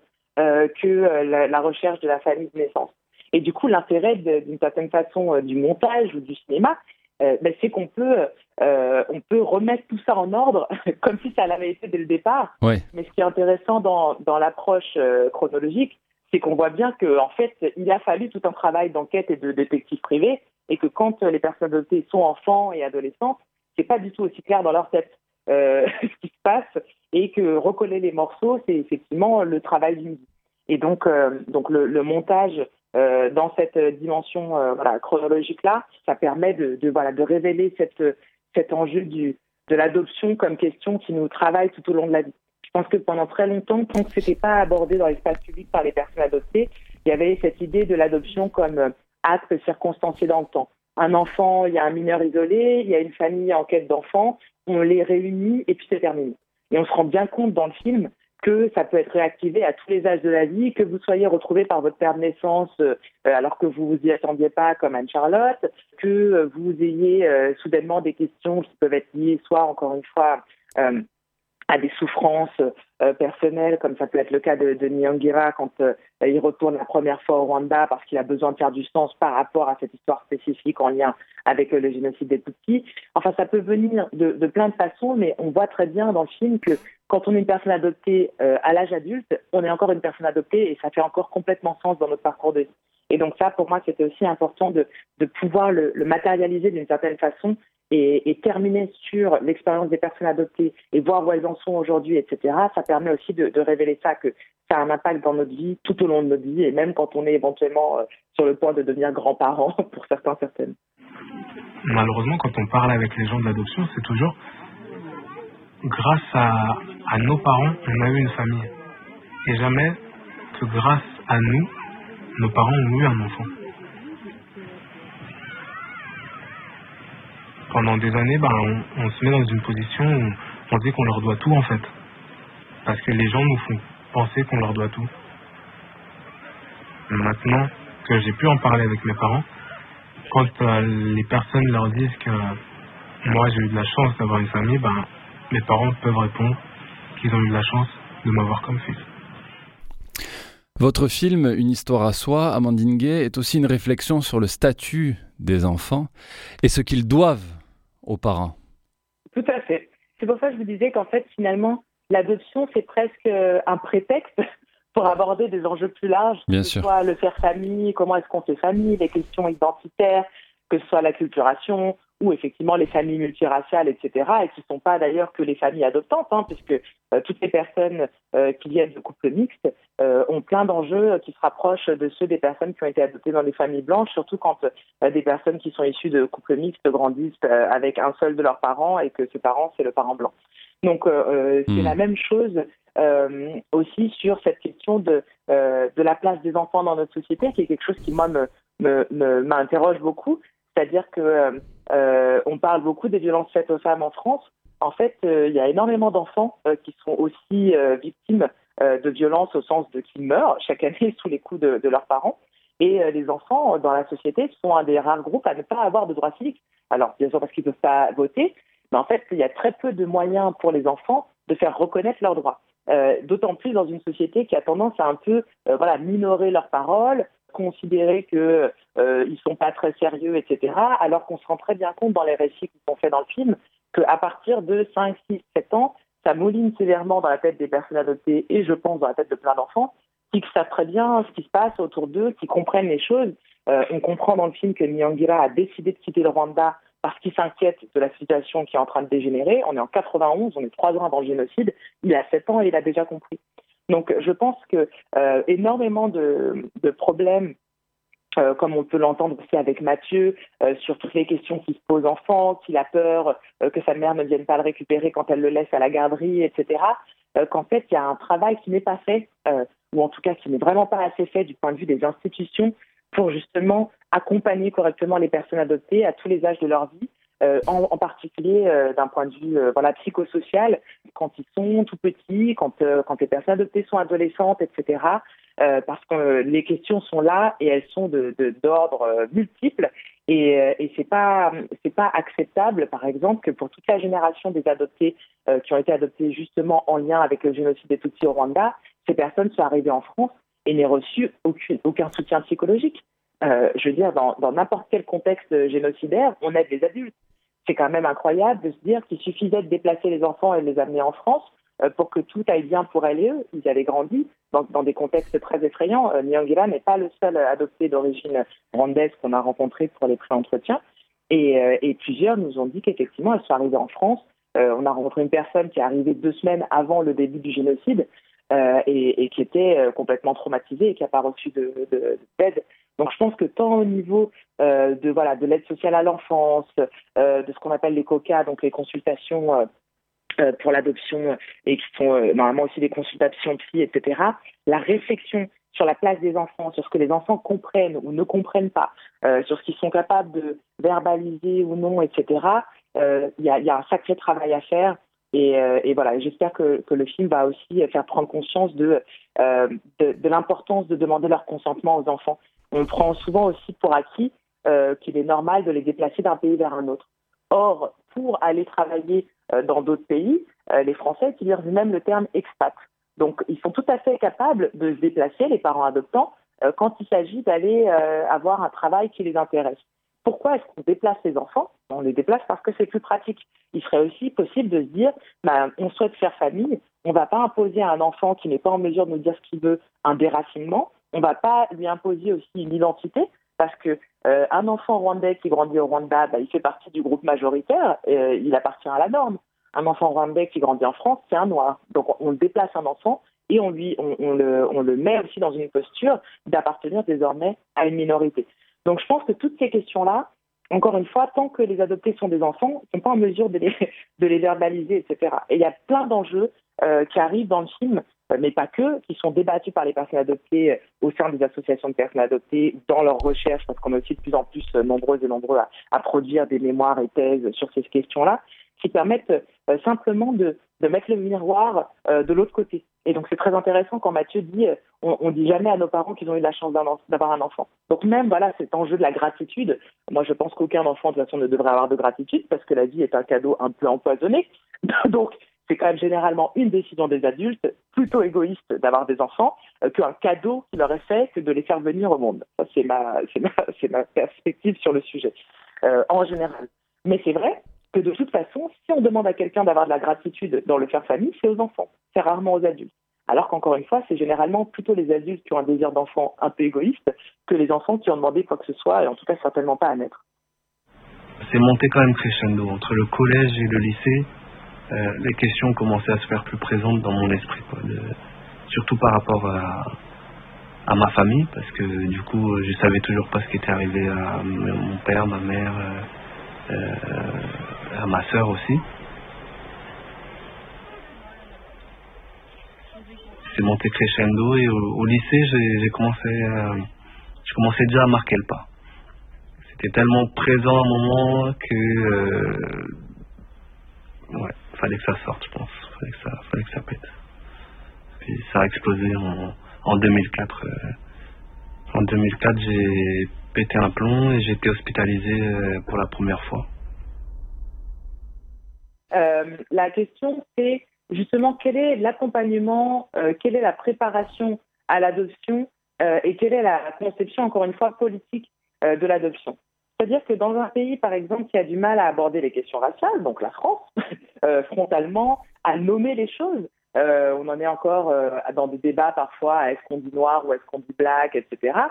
que la recherche de la famille de naissance. Et du coup, l'intérêt d'une certaine façon du montage ou du cinéma, c'est qu'on peut remettre tout ça en ordre comme si ça l'avait été dès le départ. Ouais. Mais ce qui est intéressant dans l'approche chronologique, c'est qu'on voit bien qu'en fait, il a fallu tout un travail d'enquête et de détective privé, et que quand les personnes adoptées sont enfants et adolescents, c'est pas du tout aussi clair dans leur tête ce qui se passe, et que recoller les morceaux, c'est effectivement le travail d'une vie. Et donc le montage dans cette dimension chronologique-là, ça permet de révéler cet enjeu de l'adoption comme question qui nous travaille tout au long de la vie. Je pense que pendant très longtemps, tant que c'était pas abordé dans l'espace public par les personnes adoptées, il y avait cette idée de l'adoption comme acte circonstancié dans le temps. Un enfant, il y a un mineur isolé, il y a une famille en quête d'enfants, on les réunit et puis c'est terminé. Et on se rend bien compte dans le film que ça peut être réactivé à tous les âges de la vie, que vous soyez retrouvé par votre père de naissance alors que vous vous y attendiez pas, comme Anne-Charlotte, que vous ayez soudainement des questions qui peuvent être liées soit, encore une fois, à des souffrances personnelles, comme ça peut être le cas de Nyangira quand il retourne la première fois au Rwanda parce qu'il a besoin de faire du sens par rapport à cette histoire spécifique en lien avec le génocide des Tutsis. Enfin, ça peut venir de plein de façons, mais on voit très bien dans le film que quand on est une personne adoptée à l'âge adulte, on est encore une personne adoptée et ça fait encore complètement sens dans notre parcours de vie. Et donc ça, pour moi, c'était aussi important de pouvoir le matérialiser d'une certaine façon et terminer sur l'expérience des personnes adoptées et voir où elles en sont aujourd'hui, etc. Ça permet aussi de révéler ça, que ça a un impact dans notre vie, tout au long de notre vie, et même quand on est éventuellement sur le point de devenir grands-parents, pour certains, certaines. Malheureusement, quand on parle avec les gens de l'adoption, c'est toujours grâce à nos parents, on a eu une famille. Et jamais que grâce à nous, nos parents ont eu un enfant. Pendant des années, on se met dans une position où on dit qu'on leur doit tout en fait. Parce que les gens nous font penser qu'on leur doit tout. Maintenant que j'ai pu en parler avec mes parents, quand les personnes leur disent que moi j'ai eu de la chance d'avoir une famille, mes parents peuvent répondre qu'ils ont eu de la chance de m'avoir comme fils. Votre film, Une histoire à soi, Amandine Gay, est aussi une réflexion sur le statut des enfants et ce qu'ils doivent aux parents. Tout à fait. C'est pour ça que je vous disais qu'en fait, finalement, l'adoption, c'est presque un prétexte pour aborder des enjeux plus larges, Bien que ce sûr. soit le faire famille, comment est-ce qu'on fait famille, les questions identitaires, que ce soit l'acculturation ou effectivement les familles multiraciales, etc., et qui ne sont pas d'ailleurs que les familles adoptantes, puisque toutes les personnes qui viennent de couples mixtes ont plein d'enjeux qui se rapprochent de ceux des personnes qui ont été adoptées dans les familles blanches, surtout quand des personnes qui sont issues de couples mixtes grandissent avec un seul de leurs parents et que ce parent, c'est le parent blanc. Donc c'est la même chose aussi sur cette question de la place des enfants dans notre société, qui est quelque chose qui, moi, m'interroge beaucoup. C'est-à-dire que on parle beaucoup des violences faites aux femmes en France. En fait, il y a énormément d'enfants qui sont aussi victimes de violences au sens de qu'ils meurent chaque année sous les coups de leurs parents. Et les enfants dans la société sont un des rares groupes à ne pas avoir de droits civiques. Alors, bien sûr, parce qu'ils ne peuvent pas voter, mais en fait, il y a très peu de moyens pour les enfants de faire reconnaître leurs droits. D'autant plus dans une société qui a tendance à un peu minorer leurs paroles, considérer qu'ils ne sont pas très sérieux, etc., alors qu'on se rend très bien compte dans les récits qui sont faits dans le film qu'à partir de 5, 6, 7 ans, ça mouline sévèrement dans la tête des personnes adoptées et je pense dans la tête de plein d'enfants qui savent très bien ce qui se passe autour d'eux, qui comprennent les choses On comprend dans le film que Nyangira a décidé de quitter le Rwanda parce qu'il s'inquiète de la situation qui est en train de dégénérer. On est en 91, on est 3 ans avant le génocide. Il a 7 ans et il a déjà compris. Donc, je pense que énormément de problèmes, comme on peut l'entendre aussi avec Mathieu, sur toutes les questions qui se posent enfant, qu'il a peur que sa mère ne vienne pas le récupérer quand elle le laisse à la garderie, etc. Qu'en fait, il y a un travail qui n'est pas fait, ou en tout cas qui n'est vraiment pas assez fait du point de vue des institutions pour justement accompagner correctement les personnes adoptées à tous les âges de leur vie, en particulier d'un point de vue psychosocial, quand ils sont tout petits, quand les personnes adoptées sont adolescentes, etc. Parce que les questions sont là et elles sont d'ordre multiple et c'est pas acceptable, par exemple, que pour toute la génération des adoptés qui ont été adoptés justement en lien avec le génocide des Tutsis au Rwanda, ces personnes soient arrivées en France et n'aient reçu aucun soutien psychologique. Je veux dire, dans n'importe quel contexte génocidaire, on aide les adultes. C'est quand même incroyable de se dire qu'il suffisait de déplacer les enfants et de les amener en France pour que tout aille bien pour elles et eux. Ils avaient grandi dans des contextes très effrayants. Nyangira n'est pas le seul adopté d'origine rwandaise qu'on a rencontré pour les pré-entretiens. Et plusieurs nous ont dit qu'effectivement, elles sont arrivées en France. On a rencontré une personne qui est arrivée 2 semaines avant le début du génocide et qui était complètement traumatisée et qui n'a pas reçu d'aide. Donc je pense que tant au niveau de l'aide sociale à l'enfance, de ce qu'on appelle les COCA, donc les consultations pour l'adoption et qui sont normalement aussi des consultations psy, etc., la réflexion sur la place des enfants, sur ce que les enfants comprennent ou ne comprennent pas, sur ce qu'ils sont capables de verbaliser ou non, etc., il y a un sacré travail à faire. Et voilà, j'espère que le film va aussi faire prendre conscience de l'importance de demander leur consentement aux enfants. On prend souvent aussi pour acquis qu'il est normal de les déplacer d'un pays vers un autre. Or, pour aller travailler dans d'autres pays, les Français utilisent même le terme expat. Donc, ils sont tout à fait capables de se déplacer, les parents adoptants, quand il s'agit d'aller avoir un travail qui les intéresse. Pourquoi est-ce qu'on déplace les enfants ? On les déplace parce que c'est plus pratique. Il serait aussi possible de se dire, on souhaite faire famille, on ne va pas imposer à un enfant qui n'est pas en mesure de nous dire ce qu'il veut un déracinement, on ne va pas lui imposer aussi une identité, parce que un enfant rwandais qui grandit au Rwanda, il fait partie du groupe majoritaire, il appartient à la norme. Un enfant rwandais qui grandit en France, c'est un noir. Donc on déplace un enfant et on le met aussi dans une posture d'appartenir désormais à une minorité. Donc je pense que toutes ces questions-là, encore une fois, tant que les adoptés sont des enfants, ils ne sont pas en mesure de les verbaliser, etc. Et il y a plein d'enjeux qui arrivent dans le film, mais pas que, qui sont débattus par les personnes adoptées au sein des associations de personnes adoptées dans leurs recherches, parce qu'on est aussi de plus en plus nombreuses et nombreux à produire des mémoires et thèses sur ces questions-là, qui permettent simplement de mettre le miroir de l'autre côté. Et donc c'est très intéressant quand Mathieu dit on dit jamais à nos parents qu'ils ont eu la chance d'avoir un enfant. Donc même cet enjeu de la gratitude, moi je pense qu'aucun enfant de toute façon ne devrait avoir de gratitude parce que la vie est un cadeau un peu empoisonné. Donc c'est quand même généralement une décision des adultes plutôt égoïste d'avoir des enfants qu'un cadeau qui leur est fait que de les faire venir au monde. Ça c'est ma perspective sur le sujet en général. Mais c'est vrai que de toute façon, si on demande à quelqu'un d'avoir de la gratitude dans le faire famille, c'est aux enfants, c'est rarement aux adultes. Alors qu'encore une fois, c'est généralement plutôt les adultes qui ont un désir d'enfant un peu égoïste que les enfants qui ont demandé quoi que ce soit, et en tout cas certainement pas à naître. C'est monté quand même crescendo. Entre le collège et le lycée, les questions ont commencé à se faire plus présentes dans mon esprit, surtout par rapport à ma famille, parce que du coup, je savais toujours pas ce qui était arrivé à mon père, ma mère, à ma sœur aussi. C'est monté crescendo et au lycée, j'ai commencé déjà à marquer le pas. C'était tellement présent à un moment que fallait que ça sorte, je pense. Fallait que ça pète. Puis ça a explosé en 2004. En 2004, j'ai pété un plomb et j'ai été hospitalisé pour la première fois. La question, c'est justement quel est l'accompagnement, quelle est la préparation à l'adoption et quelle est la conception, encore une fois, politique de l'adoption. C'est-à-dire que dans un pays, par exemple, qui a du mal à aborder les questions raciales, donc la France, frontalement, à nommer les choses, on en est encore dans des débats parfois, est-ce qu'on dit noir ou est-ce qu'on dit black, etc.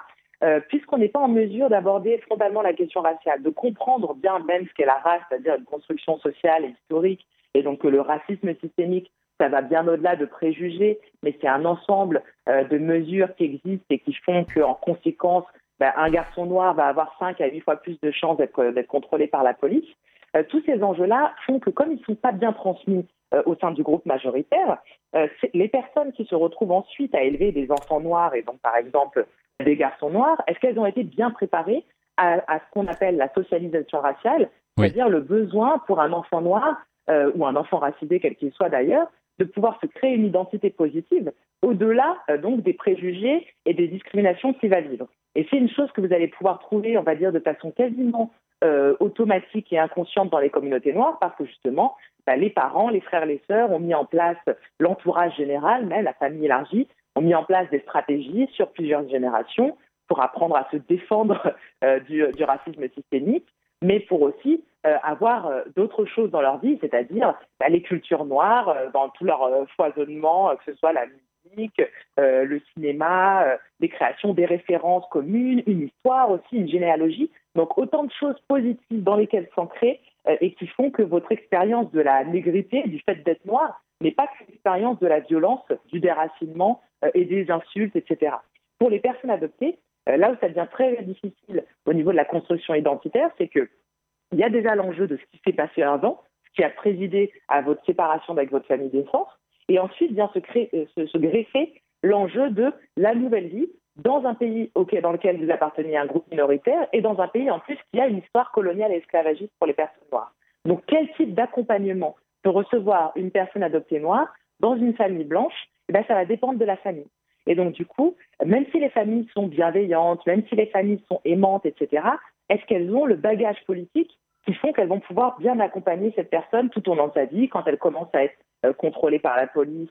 puisqu'on n'est pas en mesure d'aborder frontalement la question raciale, de comprendre bien même ce qu'est la race, c'est-à-dire une construction sociale et historique, et donc que le racisme systémique, ça va bien au-delà de préjugés, mais c'est un ensemble de mesures qui existent et qui font qu'en conséquence, un garçon noir va avoir 5 à 8 fois plus de chances d'être contrôlé par la police. Tous ces enjeux-là font que comme ils ne sont pas bien transmis au sein du groupe majoritaire, les personnes qui se retrouvent ensuite à élever des enfants noirs et donc par exemple des garçons noirs, est-ce qu'elles ont été bien préparées à ce qu'on appelle la socialisation raciale, c'est-à-dire le besoin pour un enfant noir ou un enfant racisé, quel qu'il soit d'ailleurs, de pouvoir se créer une identité positive au-delà donc des préjugés et des discriminations qu'il va vivre. Et c'est une chose que vous allez pouvoir trouver, on va dire, de façon quasiment automatique et inconsciente dans les communautés noires, parce que justement, les parents, les frères, les sœurs ont mis en place, l'entourage général, même la famille élargie, ont mis en place des stratégies sur plusieurs générations pour apprendre à se défendre du racisme systémique, mais pour aussi avoir d'autres choses dans leur vie, c'est-à-dire les cultures noires dans tout leur foisonnement, que ce soit la musique, le cinéma, des créations, des références communes, une histoire aussi, une généalogie. Donc autant de choses positives dans lesquelles s'ancrer et qui font que votre expérience de la négrité, du fait d'être noir, n'est pas qu'une expérience de la violence, du déracinement et des insultes, etc. Pour les personnes adoptées, là où ça devient très difficile au niveau de la construction identitaire, c'est que il y a déjà l'enjeu de ce qui s'est passé avant, ce qui a présidé à votre séparation avec votre famille d'essence, et ensuite vient se greffer l'enjeu de la nouvelle vie dans un pays dans lequel vous appartenez à un groupe minoritaire et dans un pays en plus qui a une histoire coloniale et esclavagiste pour les personnes noires. Donc quel type d'accompagnement peut recevoir une personne adoptée noire dans une famille blanche? Ça va dépendre de la famille. Et donc du coup, même si les familles sont bienveillantes, même si les familles sont aimantes, etc., est-ce qu'elles ont le bagage politique qui font qu'elles vont pouvoir bien accompagner cette personne tout au long de sa vie quand elle commence à être contrôlée par la police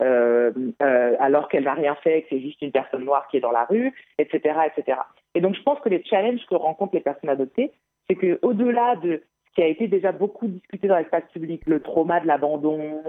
alors qu'elle n'a rien fait, que c'est juste une personne noire qui est dans la rue, etc., etc. Et donc je pense que les challenges que rencontrent les personnes adoptées, c'est qu'au-delà de ce qui a été déjà beaucoup discuté dans l'espace public, le trauma de l'abandon,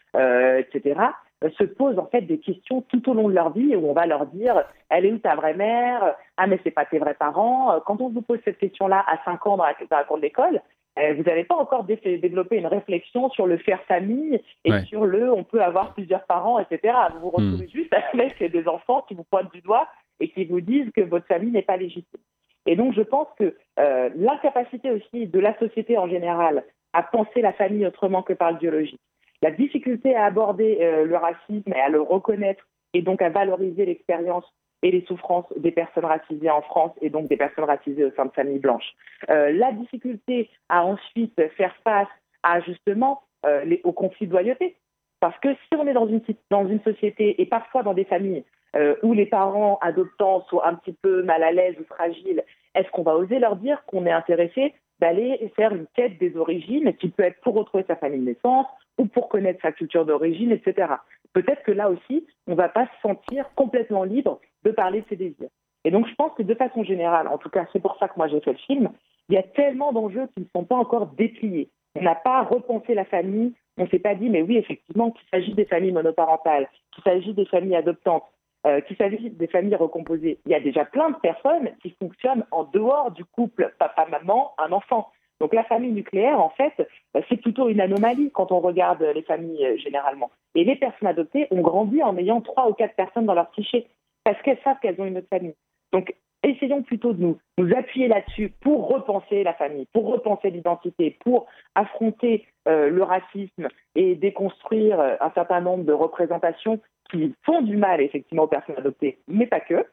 etc., se posent en fait des questions tout au long de leur vie où on va leur dire « Elle est où ta vraie mère ? Ah mais c'est pas tes vrais parents ?» Quand on vous pose cette question-là à 5 ans dans la cour d'école, vous n'avez pas encore développé une réflexion sur le faire famille et sur on peut avoir plusieurs parents, etc. Vous vous retrouvez juste avec des enfants qui vous pointent du doigt et qui vous disent que votre famille n'est pas légitime. Et donc je pense que l'incapacité aussi de la société en général à penser la famille autrement que par le biologique, la difficulté à aborder le racisme et à le reconnaître et donc à valoriser l'expérience et les souffrances des personnes racisées en France et donc des personnes racisées au sein de familles blanches. La difficulté à ensuite faire face à justement aux conflits de loyauté. Parce que si on est dans une société et parfois dans des familles où les parents adoptants sont un petit peu mal à l'aise ou fragiles, est-ce qu'on va oser leur dire qu'on est intéressé d'aller faire une quête des origines qui peut être pour retrouver sa famille de naissance ou pour connaître sa culture d'origine, etc. Peut-être que là aussi, on ne va pas se sentir complètement libre de parler de ses désirs. Et donc, je pense que de façon générale, en tout cas, c'est pour ça que moi j'ai fait le film, il y a tellement d'enjeux qui ne sont pas encore dépliés. On n'a pas repensé la famille, on ne s'est pas dit, mais oui, effectivement, qu'il s'agit des familles monoparentales, qu'il s'agit des familles adoptantes, qu'il s'agit des familles recomposées. Il y a déjà plein de personnes qui fonctionnent en dehors du couple papa-maman, un enfant. Donc la famille nucléaire, en fait, c'est plutôt une anomalie quand on regarde les familles généralement. Et les personnes adoptées ont grandi en ayant 3 ou 4 personnes dans leur psyché parce qu'elles savent qu'elles ont une autre famille. Donc essayons plutôt de nous appuyer là-dessus pour repenser la famille, pour repenser l'identité, pour affronter le racisme et déconstruire un certain nombre de représentations qui font du mal effectivement aux personnes adoptées, mais pas que.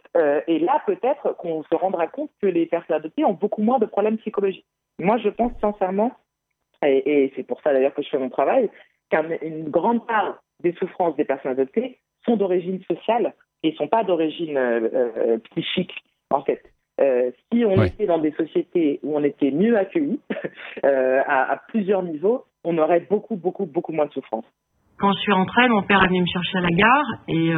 Et là, peut-être qu'on se rendra compte que les personnes adoptées ont beaucoup moins de problèmes psychologiques. Moi, je pense sincèrement, et c'est pour ça d'ailleurs que je fais mon travail, qu'une grande part des souffrances des personnes adoptées sont d'origine sociale et ne sont pas d'origine psychique, en fait. Si on était dans des sociétés où on était mieux accueillis, à plusieurs niveaux, on aurait beaucoup, beaucoup, beaucoup moins de souffrance. Quand je suis rentrée, mon père est venu me chercher à la gare et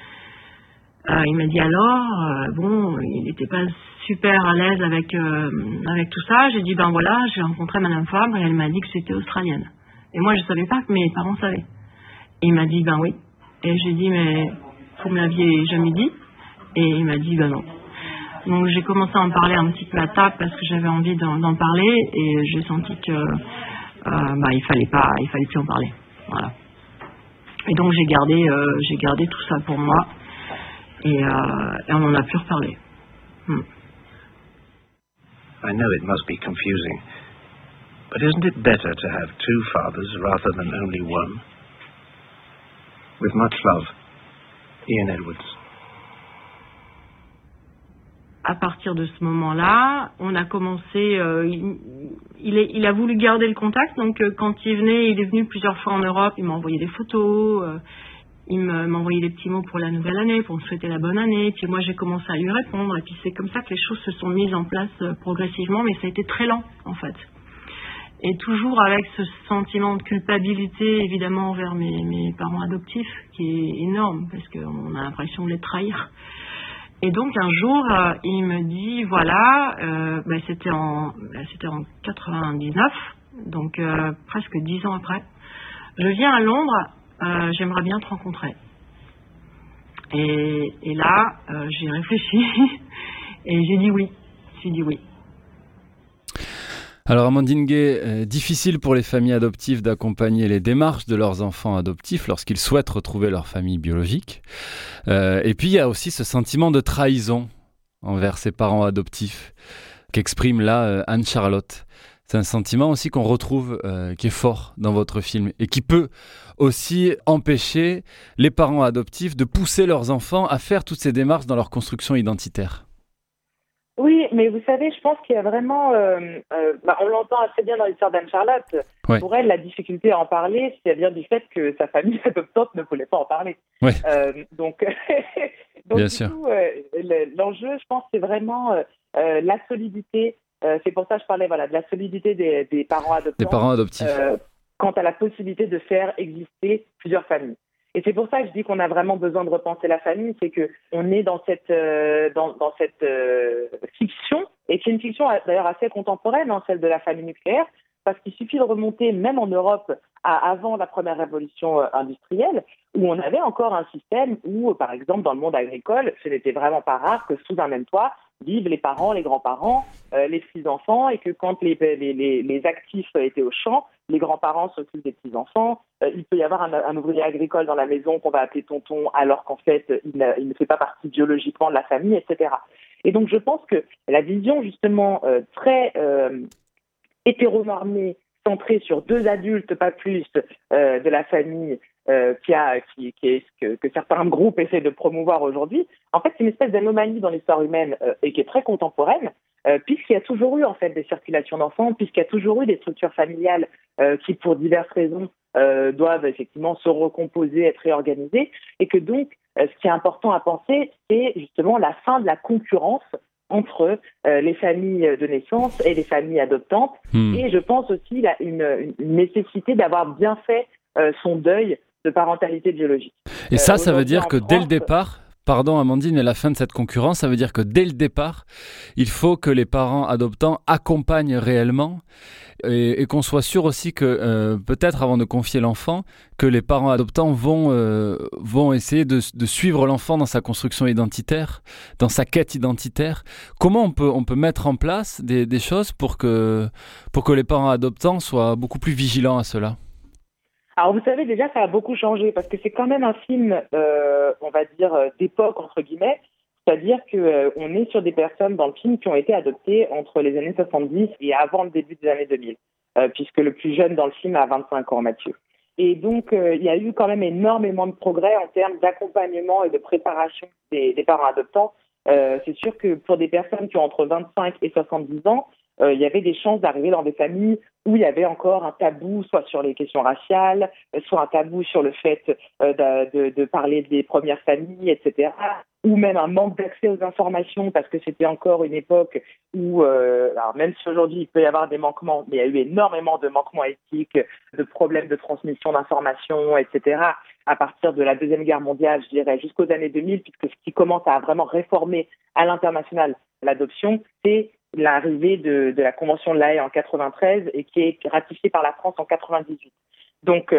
il m'a dit alors, il n'était pas super à l'aise avec tout ça. J'ai dit ben voilà, j'ai rencontré Madame Fabre et elle m'a dit que c'était australienne. Et moi je savais pas que mes parents savaient. Et il m'a dit ben oui. Et j'ai dit mais vous me l'aviez jamais dit. Et il m'a dit ben non. Donc j'ai commencé à en parler un petit peu à table parce que j'avais envie d'en parler et j'ai senti que il fallait plus en parler. Voilà. Et donc j'ai gardé tout ça pour moi et on n'en a plus reparlé. I know it must be confusing, but isn't it better to have two fathers rather than only one? With much love, Ian Edwards. À partir de ce moment-là, on a commencé. Il a voulu garder le contact, donc quand il venait, il est venu plusieurs fois en Europe. Il m'a envoyé des photos, il m'a envoyé des petits mots pour la nouvelle année, pour me souhaiter la bonne année. Puis moi, j'ai commencé à lui répondre. Et puis c'est comme ça que les choses se sont mises en place progressivement, mais ça a été très lent en fait. Et toujours avec ce sentiment de culpabilité, évidemment, envers mes parents adoptifs, qui est énorme, parce qu'on a l'impression de les trahir. Et donc un jour, il me dit, voilà, c'était en 99, donc presque 10 ans après, je viens à Londres, j'aimerais bien te rencontrer. Et là, j'ai réfléchi et j'ai dit oui. Alors Amandine Gay, difficile pour les familles adoptives d'accompagner les démarches de leurs enfants adoptifs lorsqu'ils souhaitent retrouver leur famille biologique. Et puis il y a aussi ce sentiment de trahison envers ses parents adoptifs qu'exprime là Anne-Charlotte. C'est un sentiment aussi qu'on retrouve, qui est fort dans votre film et qui peut aussi empêcher les parents adoptifs de pousser leurs enfants à faire toutes ces démarches dans leur construction identitaire. Oui, mais vous savez, je pense qu'il y a vraiment... on l'entend assez bien dans l'histoire d'Anne-Charlotte. Ouais. Pour elle, la difficulté à en parler, ça vient du fait que sa famille adoptante ne voulait pas en parler. Ouais. Donc bien du sûr. coup, l'enjeu, je pense, c'est vraiment la solidité. C'est pour ça que je parlais de la solidité des parents adoptants. Des parents adoptifs. Quant à la possibilité de faire exister plusieurs familles. Et c'est pour ça que je dis qu'on a vraiment besoin de repenser la famille, c'est que on est dans cette fiction, et c'est une fiction d'ailleurs assez contemporaine, celle de la famille nucléaire, parce qu'il suffit de remonter même en Europe à avant la première révolution industrielle, où on avait encore un système où, par exemple, dans le monde agricole, ce n'était vraiment pas rare que sous un même toit vivent les parents, les grands-parents, les petits-enfants, et que quand les actifs étaient au champ, les grands-parents s'occupent des petits-enfants. Il peut y avoir un ouvrier agricole dans la maison qu'on va appeler tonton, alors qu'en fait, il ne fait pas partie biologiquement de la famille, etc. Et donc, je pense que la vision, justement, très hétéronormée, centrée sur deux adultes, pas plus, de la famille, que certains groupes essaient de promouvoir aujourd'hui, en fait, c'est une espèce d'anomalie dans l'histoire humaine et qui est très contemporaine, puisqu'il y a toujours eu en fait des circulations d'enfants, puisqu'il y a toujours eu des structures familiales qui, pour diverses raisons, doivent effectivement se recomposer, être réorganisées, et que donc, ce qui est important à penser, c'est justement la fin de la concurrence entre les familles de naissance et les familles adoptantes. Et je pense aussi une nécessité d'avoir bien fait son deuil de parentalité biologique. Et ça veut dire que dès le départ, pardon Amandine, mais la fin de cette concurrence, ça veut dire que dès le départ, il faut que les parents adoptants accompagnent réellement et qu'on soit sûr aussi que peut-être avant de confier l'enfant, que les parents adoptants vont essayer de suivre l'enfant dans sa construction identitaire, dans sa quête identitaire. Comment on peut mettre en place des choses pour que les parents adoptants soient beaucoup plus vigilants à cela? Alors vous savez, déjà ça a beaucoup changé parce que c'est quand même un film, on va dire, d'époque entre guillemets, c'est-à-dire qu'on est sur des personnes dans le film qui ont été adoptées entre les années 70 et avant le début des années 2000, puisque le plus jeune dans le film a 25 ans, Mathieu. Et donc il y a eu quand même énormément de progrès en termes d'accompagnement et de préparation des parents adoptants. C'est sûr que pour des personnes qui ont entre 25 et 70 ans, il y avait des chances d'arriver dans des familles où il y avait encore un tabou, soit sur les questions raciales, soit un tabou sur le fait de parler des premières familles, etc., ou même un manque d'accès aux informations, parce que c'était encore une époque où, alors même si aujourd'hui il peut y avoir des manquements, mais il y a eu énormément de manquements éthiques, de problèmes de transmission d'informations, etc., à partir de la Deuxième Guerre mondiale, je dirais, jusqu'aux années 2000, puisque ce qui commence à vraiment réformer à l'international l'adoption, c'est l'arrivée de la Convention de La Haye en 93 et qui est ratifiée par la France en 98. Donc,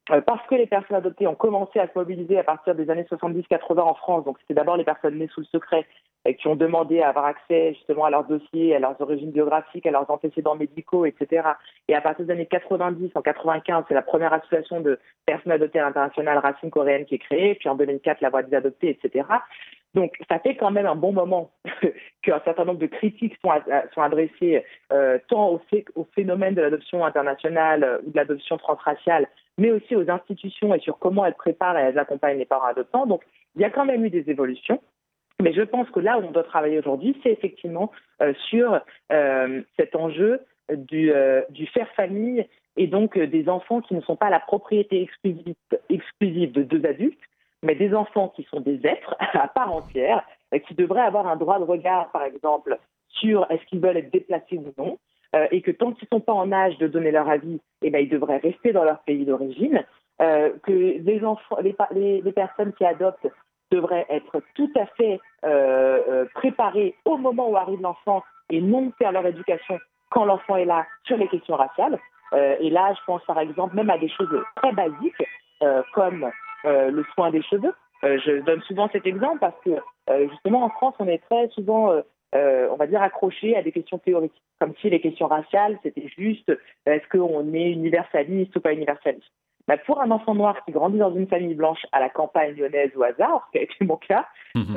parce que les personnes adoptées ont commencé à se mobiliser à partir des années 70-80 en France, donc c'était d'abord les personnes nées sous le secret qui ont demandé à avoir accès justement à leurs dossiers, à leurs origines biographiques, à leurs antécédents médicaux, etc. Et à partir des années 90, en 95, c'est la première association de personnes adoptées à l'international Racine coréenne qui est créée, puis en 2004, la Voix des adoptés, etc. Donc, ça fait quand même un bon moment qu'un certain nombre de critiques sont adressées tant au phénomène de l'adoption internationale ou de l'adoption transraciale, mais aussi aux institutions et sur comment elles préparent et elles accompagnent les parents adoptants. Donc, il y a quand même eu des évolutions. Mais je pense que là où on doit travailler aujourd'hui, c'est effectivement sur cet enjeu du faire famille et donc des enfants qui ne sont pas la propriété exclusive de deux adultes, mais des enfants qui sont des êtres à part entière, qui devraient avoir un droit de regard, par exemple, sur est-ce qu'ils veulent être déplacés ou non, et que tant qu'ils ne sont pas en âge de donner leur avis, eh ben, ils devraient rester dans leur pays d'origine, que les enfants, les personnes qui adoptent devraient être tout à fait préparées au moment où arrive l'enfant et non faire leur éducation quand l'enfant est là sur les questions raciales. Et là, je pense par exemple même à des choses très basiques comme le soin des cheveux. Je donne souvent cet exemple parce que justement en France, on est très souvent, on va dire, accroché à des questions théoriques, comme si les questions raciales, c'était juste est-ce qu'on est universaliste ou pas universaliste. Bah, pour un enfant noir qui grandit dans une famille blanche à la campagne lyonnaise au hasard, ce qui a été mon cas,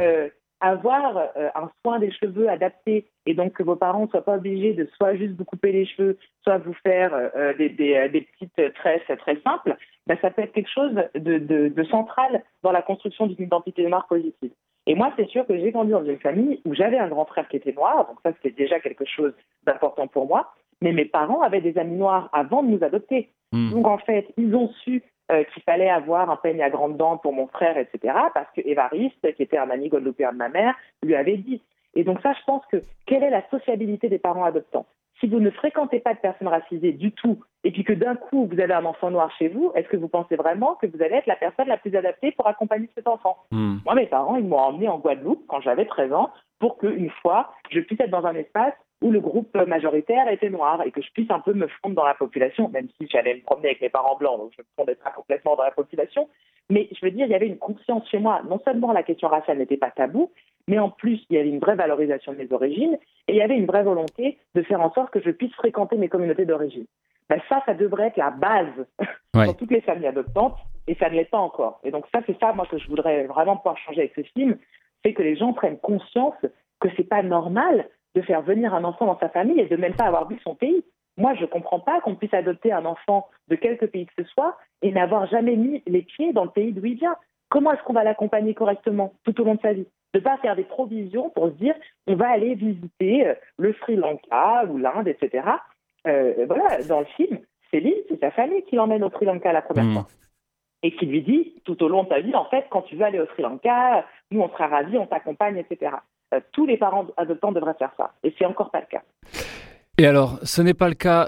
avoir un soin des cheveux adapté et donc que vos parents ne soient pas obligés de soit juste vous couper les cheveux, soit vous faire des petites tresses très simples, bah, ça peut être quelque chose de central dans la construction d'une identité noire positive. Et moi, c'est sûr que j'ai grandi dans une famille où j'avais un grand frère qui était noir, donc ça, c'était déjà quelque chose d'important pour moi, mais mes parents avaient des amis noirs avant de nous adopter. Donc, en fait, ils ont su qu'il fallait avoir un peigne à grandes dents pour mon frère, etc., parce que Évariste, qui était un ami guadeloupéen de ma mère, lui avait dit. Et donc ça, je pense que quelle est la sociabilité des parents adoptants ? Si vous ne fréquentez pas de personnes racisées du tout, et puis que d'un coup, vous avez un enfant noir chez vous, est-ce que vous pensez vraiment que vous allez être la personne la plus adaptée pour accompagner cet enfant ? Moi, mes parents, ils m'ont emmené en Guadeloupe quand j'avais 13 ans pour qu'une fois, je puisse être dans un espace où le groupe majoritaire était noir et que je puisse un peu me fondre dans la population, même si j'allais me promener avec mes parents blancs, donc je ne me fondais pas complètement dans la population. Mais je veux dire, il y avait une conscience chez moi. Non seulement la question raciale n'était pas taboue, mais en plus, il y avait une vraie valorisation de mes origines et il y avait une vraie volonté de faire en sorte que je puisse fréquenter mes communautés d'origine. Ben ça devrait être la base dans toutes les familles adoptantes et ça ne l'est pas encore. Et donc ça, c'est ça, moi, que je voudrais vraiment pouvoir changer avec ce film, c'est que les gens prennent conscience que c'est pas normal de faire venir un enfant dans sa famille et de même pas avoir vu son pays. Moi, je comprends pas qu'on puisse adopter un enfant de quelque pays que ce soit et n'avoir jamais mis les pieds dans le pays d'où il vient. Comment est-ce qu'on va l'accompagner correctement tout au long de sa vie ? De ne pas faire des provisions pour se dire on va aller visiter le Sri Lanka ou l'Inde, etc. Voilà, dans le film, Céline, c'est sa famille qui l'emmène au Sri Lanka la première fois. Et qui lui dit, tout au long de ta vie, en fait, quand tu veux aller au Sri Lanka, nous, on sera ravis, on t'accompagne, etc. Tous les parents adoptants devraient faire ça. Et c'est encore pas le cas. Et alors, ce n'est pas le cas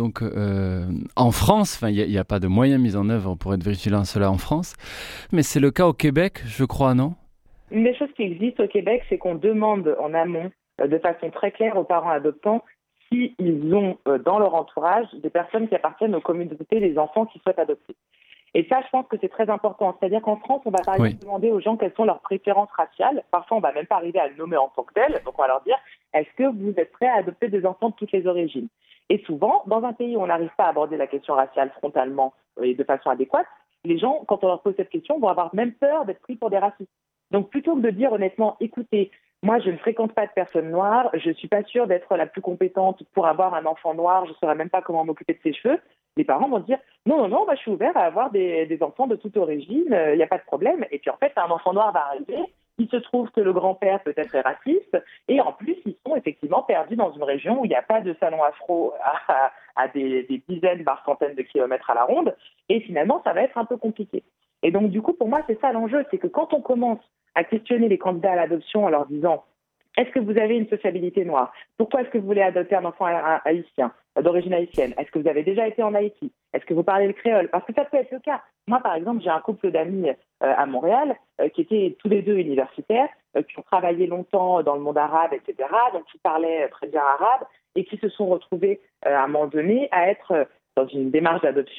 en France. Enfin, il n'y a pas de moyens mis en œuvre pour être vigilant à cela en France. Mais c'est le cas au Québec, je crois, non ? Une des choses qui existe au Québec, c'est qu'on demande en amont, de façon très claire aux parents adoptants, s'ils ont dans leur entourage des personnes qui appartiennent aux communautés des enfants qui souhaitent adopter. Et ça, je pense que c'est très important. C'est-à-dire qu'en France, on va par exemple demander aux gens quelles sont leurs préférences raciales. Parfois, on va même pas arriver à le nommer en tant que tel. Donc, on va leur dire, est-ce que vous êtes prêts à adopter des enfants de toutes les origines ? Et souvent, dans un pays où on n'arrive pas à aborder la question raciale frontalement et de façon adéquate, les gens, quand on leur pose cette question, vont avoir même peur d'être pris pour des racistes. Donc, plutôt que de dire honnêtement, écoutez, moi, je ne fréquente pas de personnes noires, je ne suis pas sûre d'être la plus compétente pour avoir un enfant noir, je ne saurais même pas comment m'occuper de ses cheveux, les parents vont dire non, moi, je suis ouvert à avoir des enfants de toute origine, il n'y a pas de problème. Et puis en fait, un enfant noir va arriver, il se trouve que le grand-père peut-être est raciste, et en plus, ils sont effectivement perdus dans une région où il n'y a pas de salon afro à des dizaines, voire centaines de kilomètres à la ronde, et finalement, ça va être un peu compliqué. Et donc, du coup, pour moi, c'est ça l'enjeu, c'est que quand on commence à questionner les candidats à l'adoption en leur disant « Est-ce que vous avez une sociabilité noire ? Pourquoi est-ce que vous voulez adopter un enfant haïtien, d'origine haïtienne ? Est-ce que vous avez déjà été en Haïti ? Est-ce que vous parlez le créole ?» Parce que ça peut être le cas. Moi, par exemple, j'ai un couple d'amis à Montréal qui étaient tous les deux universitaires, qui ont travaillé longtemps dans le monde arabe, etc., donc qui parlaient très bien arabe et qui se sont retrouvés à un moment donné à être dans une démarche d'adoption.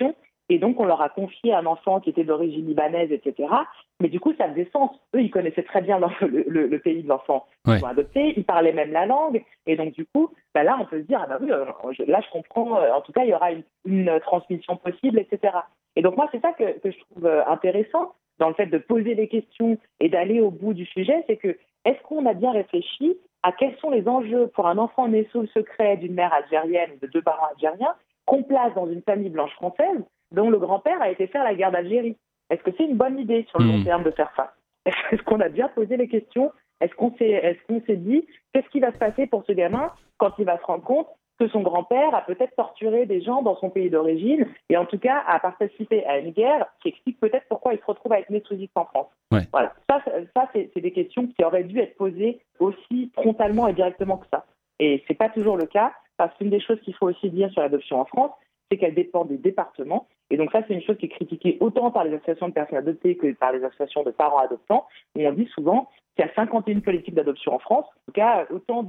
Et donc, on leur a confié un enfant qui était d'origine libanaise, etc. Mais du coup, ça faisait sens. Eux, ils connaissaient très bien le pays de l'enfant qu'ils ont adopté. Ils parlaient même la langue. Et donc, du coup, là, on peut se dire, ah bah oui, là, je comprends. En tout cas, il y aura une transmission possible, etc. Et donc, moi, c'est ça que je trouve intéressant dans le fait de poser les questions et d'aller au bout du sujet. C'est que, est-ce qu'on a bien réfléchi à quels sont les enjeux pour un enfant né sous le secret d'une mère algérienne ou de 2 parents algériens qu'on place dans une famille blanche française dont le grand-père a été faire la guerre d'Algérie? Est-ce que c'est une bonne idée sur le long terme de faire ça? Est-ce qu'on a bien posé les questions? Est-ce qu'on s'est dit qu'est-ce qui va se passer pour ce gamin quand il va se rendre compte que son grand-père a peut-être torturé des gens dans son pays d'origine et en tout cas a participé à une guerre qui explique peut-être pourquoi il se retrouve à être né sous X en France. Ouais. Voilà, ça c'est des questions qui auraient dû être posées aussi frontalement et directement que ça. Et c'est pas toujours le cas, parce qu'une des choses qu'il faut aussi dire sur l'adoption en France, c'est qu'elle dépend des départements. Et donc ça, c'est une chose qui est critiquée autant par les associations de personnes adoptées que par les associations de parents adoptants. Et on dit souvent qu'il y a 51 politiques d'adoption en France, en tout cas autant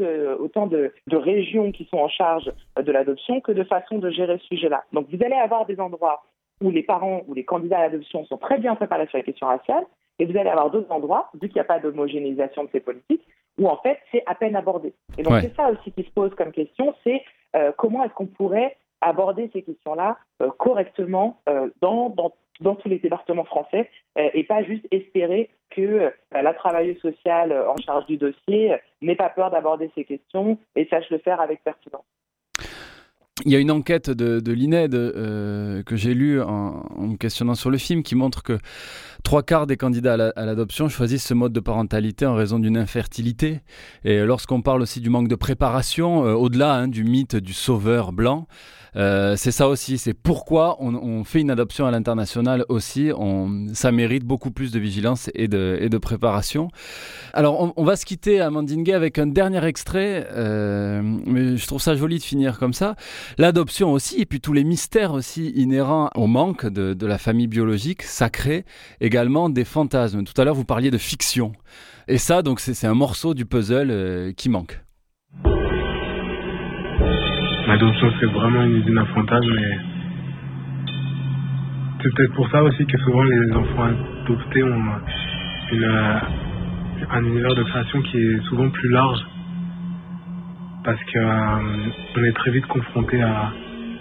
de régions qui sont en charge de l'adoption que de façons de gérer ce sujet-là. Donc vous allez avoir des endroits où les parents ou les candidats à l'adoption sont très bien préparés sur les questions raciales, et vous allez avoir d'autres endroits, vu qu'il n'y a pas d'homogénéisation de ces politiques, où en fait c'est à peine abordé. Et donc c'est ça aussi qui se pose comme question, c'est comment est-ce qu'on pourrait aborder ces questions-là correctement dans tous les départements français et pas juste espérer que la travailleuse sociale en charge du dossier n'ait pas peur d'aborder ces questions et sache le faire avec pertinence. Il y a une enquête de l'INED que j'ai lue en me questionnant sur le film qui montre que 3/4 des candidats à l'adoption choisissent ce mode de parentalité en raison d'une infertilité. Et lorsqu'on parle aussi du manque de préparation, au-delà du mythe du sauveur blanc, c'est ça aussi, c'est pourquoi on fait une adoption à l'international aussi. Ça mérite beaucoup plus de vigilance et de préparation. Alors on va se quitter, Amandine Gay, avec un dernier extrait, mais je trouve ça joli de finir comme ça. L'adoption aussi, et puis tous les mystères aussi inhérents au manque de la famille biologique, ça crée également des fantasmes. Tout à l'heure, vous parliez de fiction. Et ça, donc, c'est un morceau du puzzle qui manque. L'adoption, c'est vraiment une usine à fantasmes. Et c'est peut-être pour ça aussi que souvent les enfants adoptés ont un univers de création qui est souvent plus large. Parce qu'on est très vite confronté à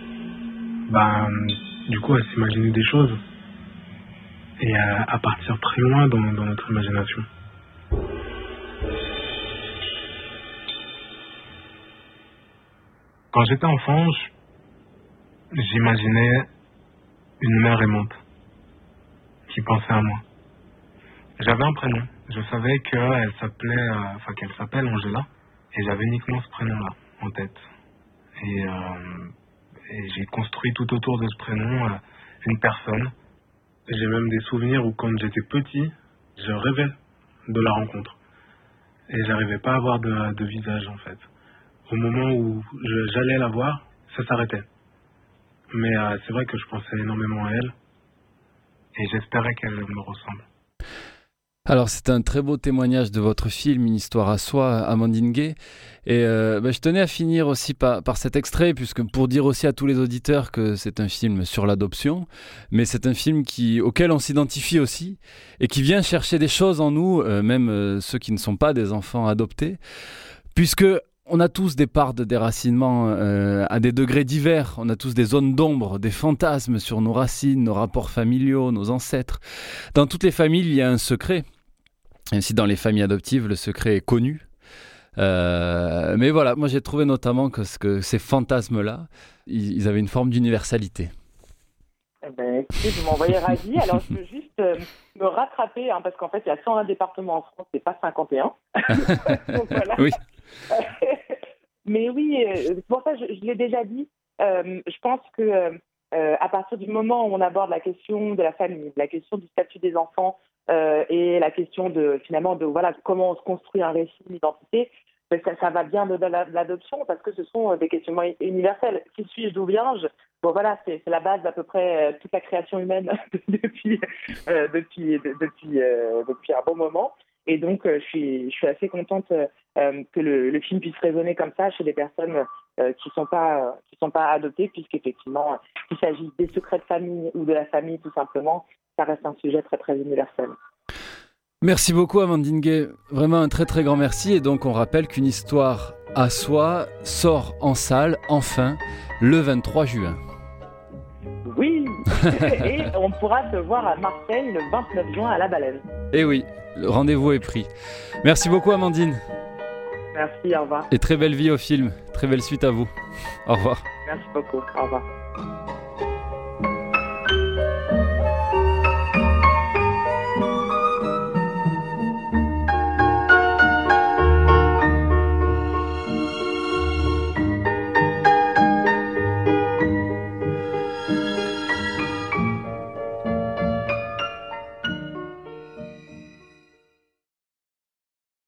s'imaginer des choses et à partir très loin dans notre imagination. Quand j'étais enfant, j'imaginais une mère aimante qui pensait à moi. J'avais un prénom. Je savais qu'elle s'appelle Angela. Et j'avais uniquement ce prénom-là en tête. Et j'ai construit tout autour de ce prénom une personne. J'ai même des souvenirs où quand j'étais petit, je rêvais de la rencontre. Et j'arrivais pas à avoir de visage en fait. Au moment où j'allais la voir, ça s'arrêtait. Mais c'est vrai que je pensais énormément à elle. Et j'espérais qu'elle me ressemble. Alors c'est un très beau témoignage de votre film, Une histoire à soi, Amandine Gay. Et je tenais à finir aussi par cet extrait, puisque pour dire aussi à tous les auditeurs que c'est un film sur l'adoption, mais c'est un film auquel on s'identifie aussi, et qui vient chercher des choses en nous, même ceux qui ne sont pas des enfants adoptés, puisque on a tous des parts de déracinement à des degrés divers, on a tous des zones d'ombre, des fantasmes sur nos racines, nos rapports familiaux, nos ancêtres. Dans toutes les familles, il y a un secret. Ainsi, dans les familles adoptives, le secret est connu. Mais voilà, moi j'ai trouvé notamment que ces fantasmes-là, ils avaient une forme d'universalité. Écoutez, vous m'envoyez ravi. Alors je veux juste me rattraper, parce qu'en fait il y a 101 départements en France, c'est pas 51. Donc, voilà. Oui. Mais oui, pour ça je l'ai déjà dit, je pense que à partir du moment où on aborde la question de la famille, la question du statut des enfants, et la question de comment on se construit un récit, une identité, ça va bien au-delà de l'adoption parce que ce sont des questionnements universels. Qui suis-je, d'où viens-je? Bon voilà, c'est la base d'à peu près toute la création humaine depuis un bon moment. Et donc je suis assez contente que le film puisse résonner comme ça chez des personnes qui sont pas adoptés, puisqu'effectivement, qu'il s'agisse des secrets de famille ou de la famille tout simplement, ça reste un sujet très très universel. Merci beaucoup Amandine Gay, vraiment un très très grand merci. Et donc on rappelle qu'une histoire à soi sort en salle enfin le 23 juin. Oui. Et on pourra se voir à Marseille le 29 juin à La Baleine. Eh oui, le rendez-vous est pris. Merci beaucoup Amandine. Merci, au revoir. Et très belle vie au film, très belle suite à vous. Au revoir. Merci beaucoup, au revoir.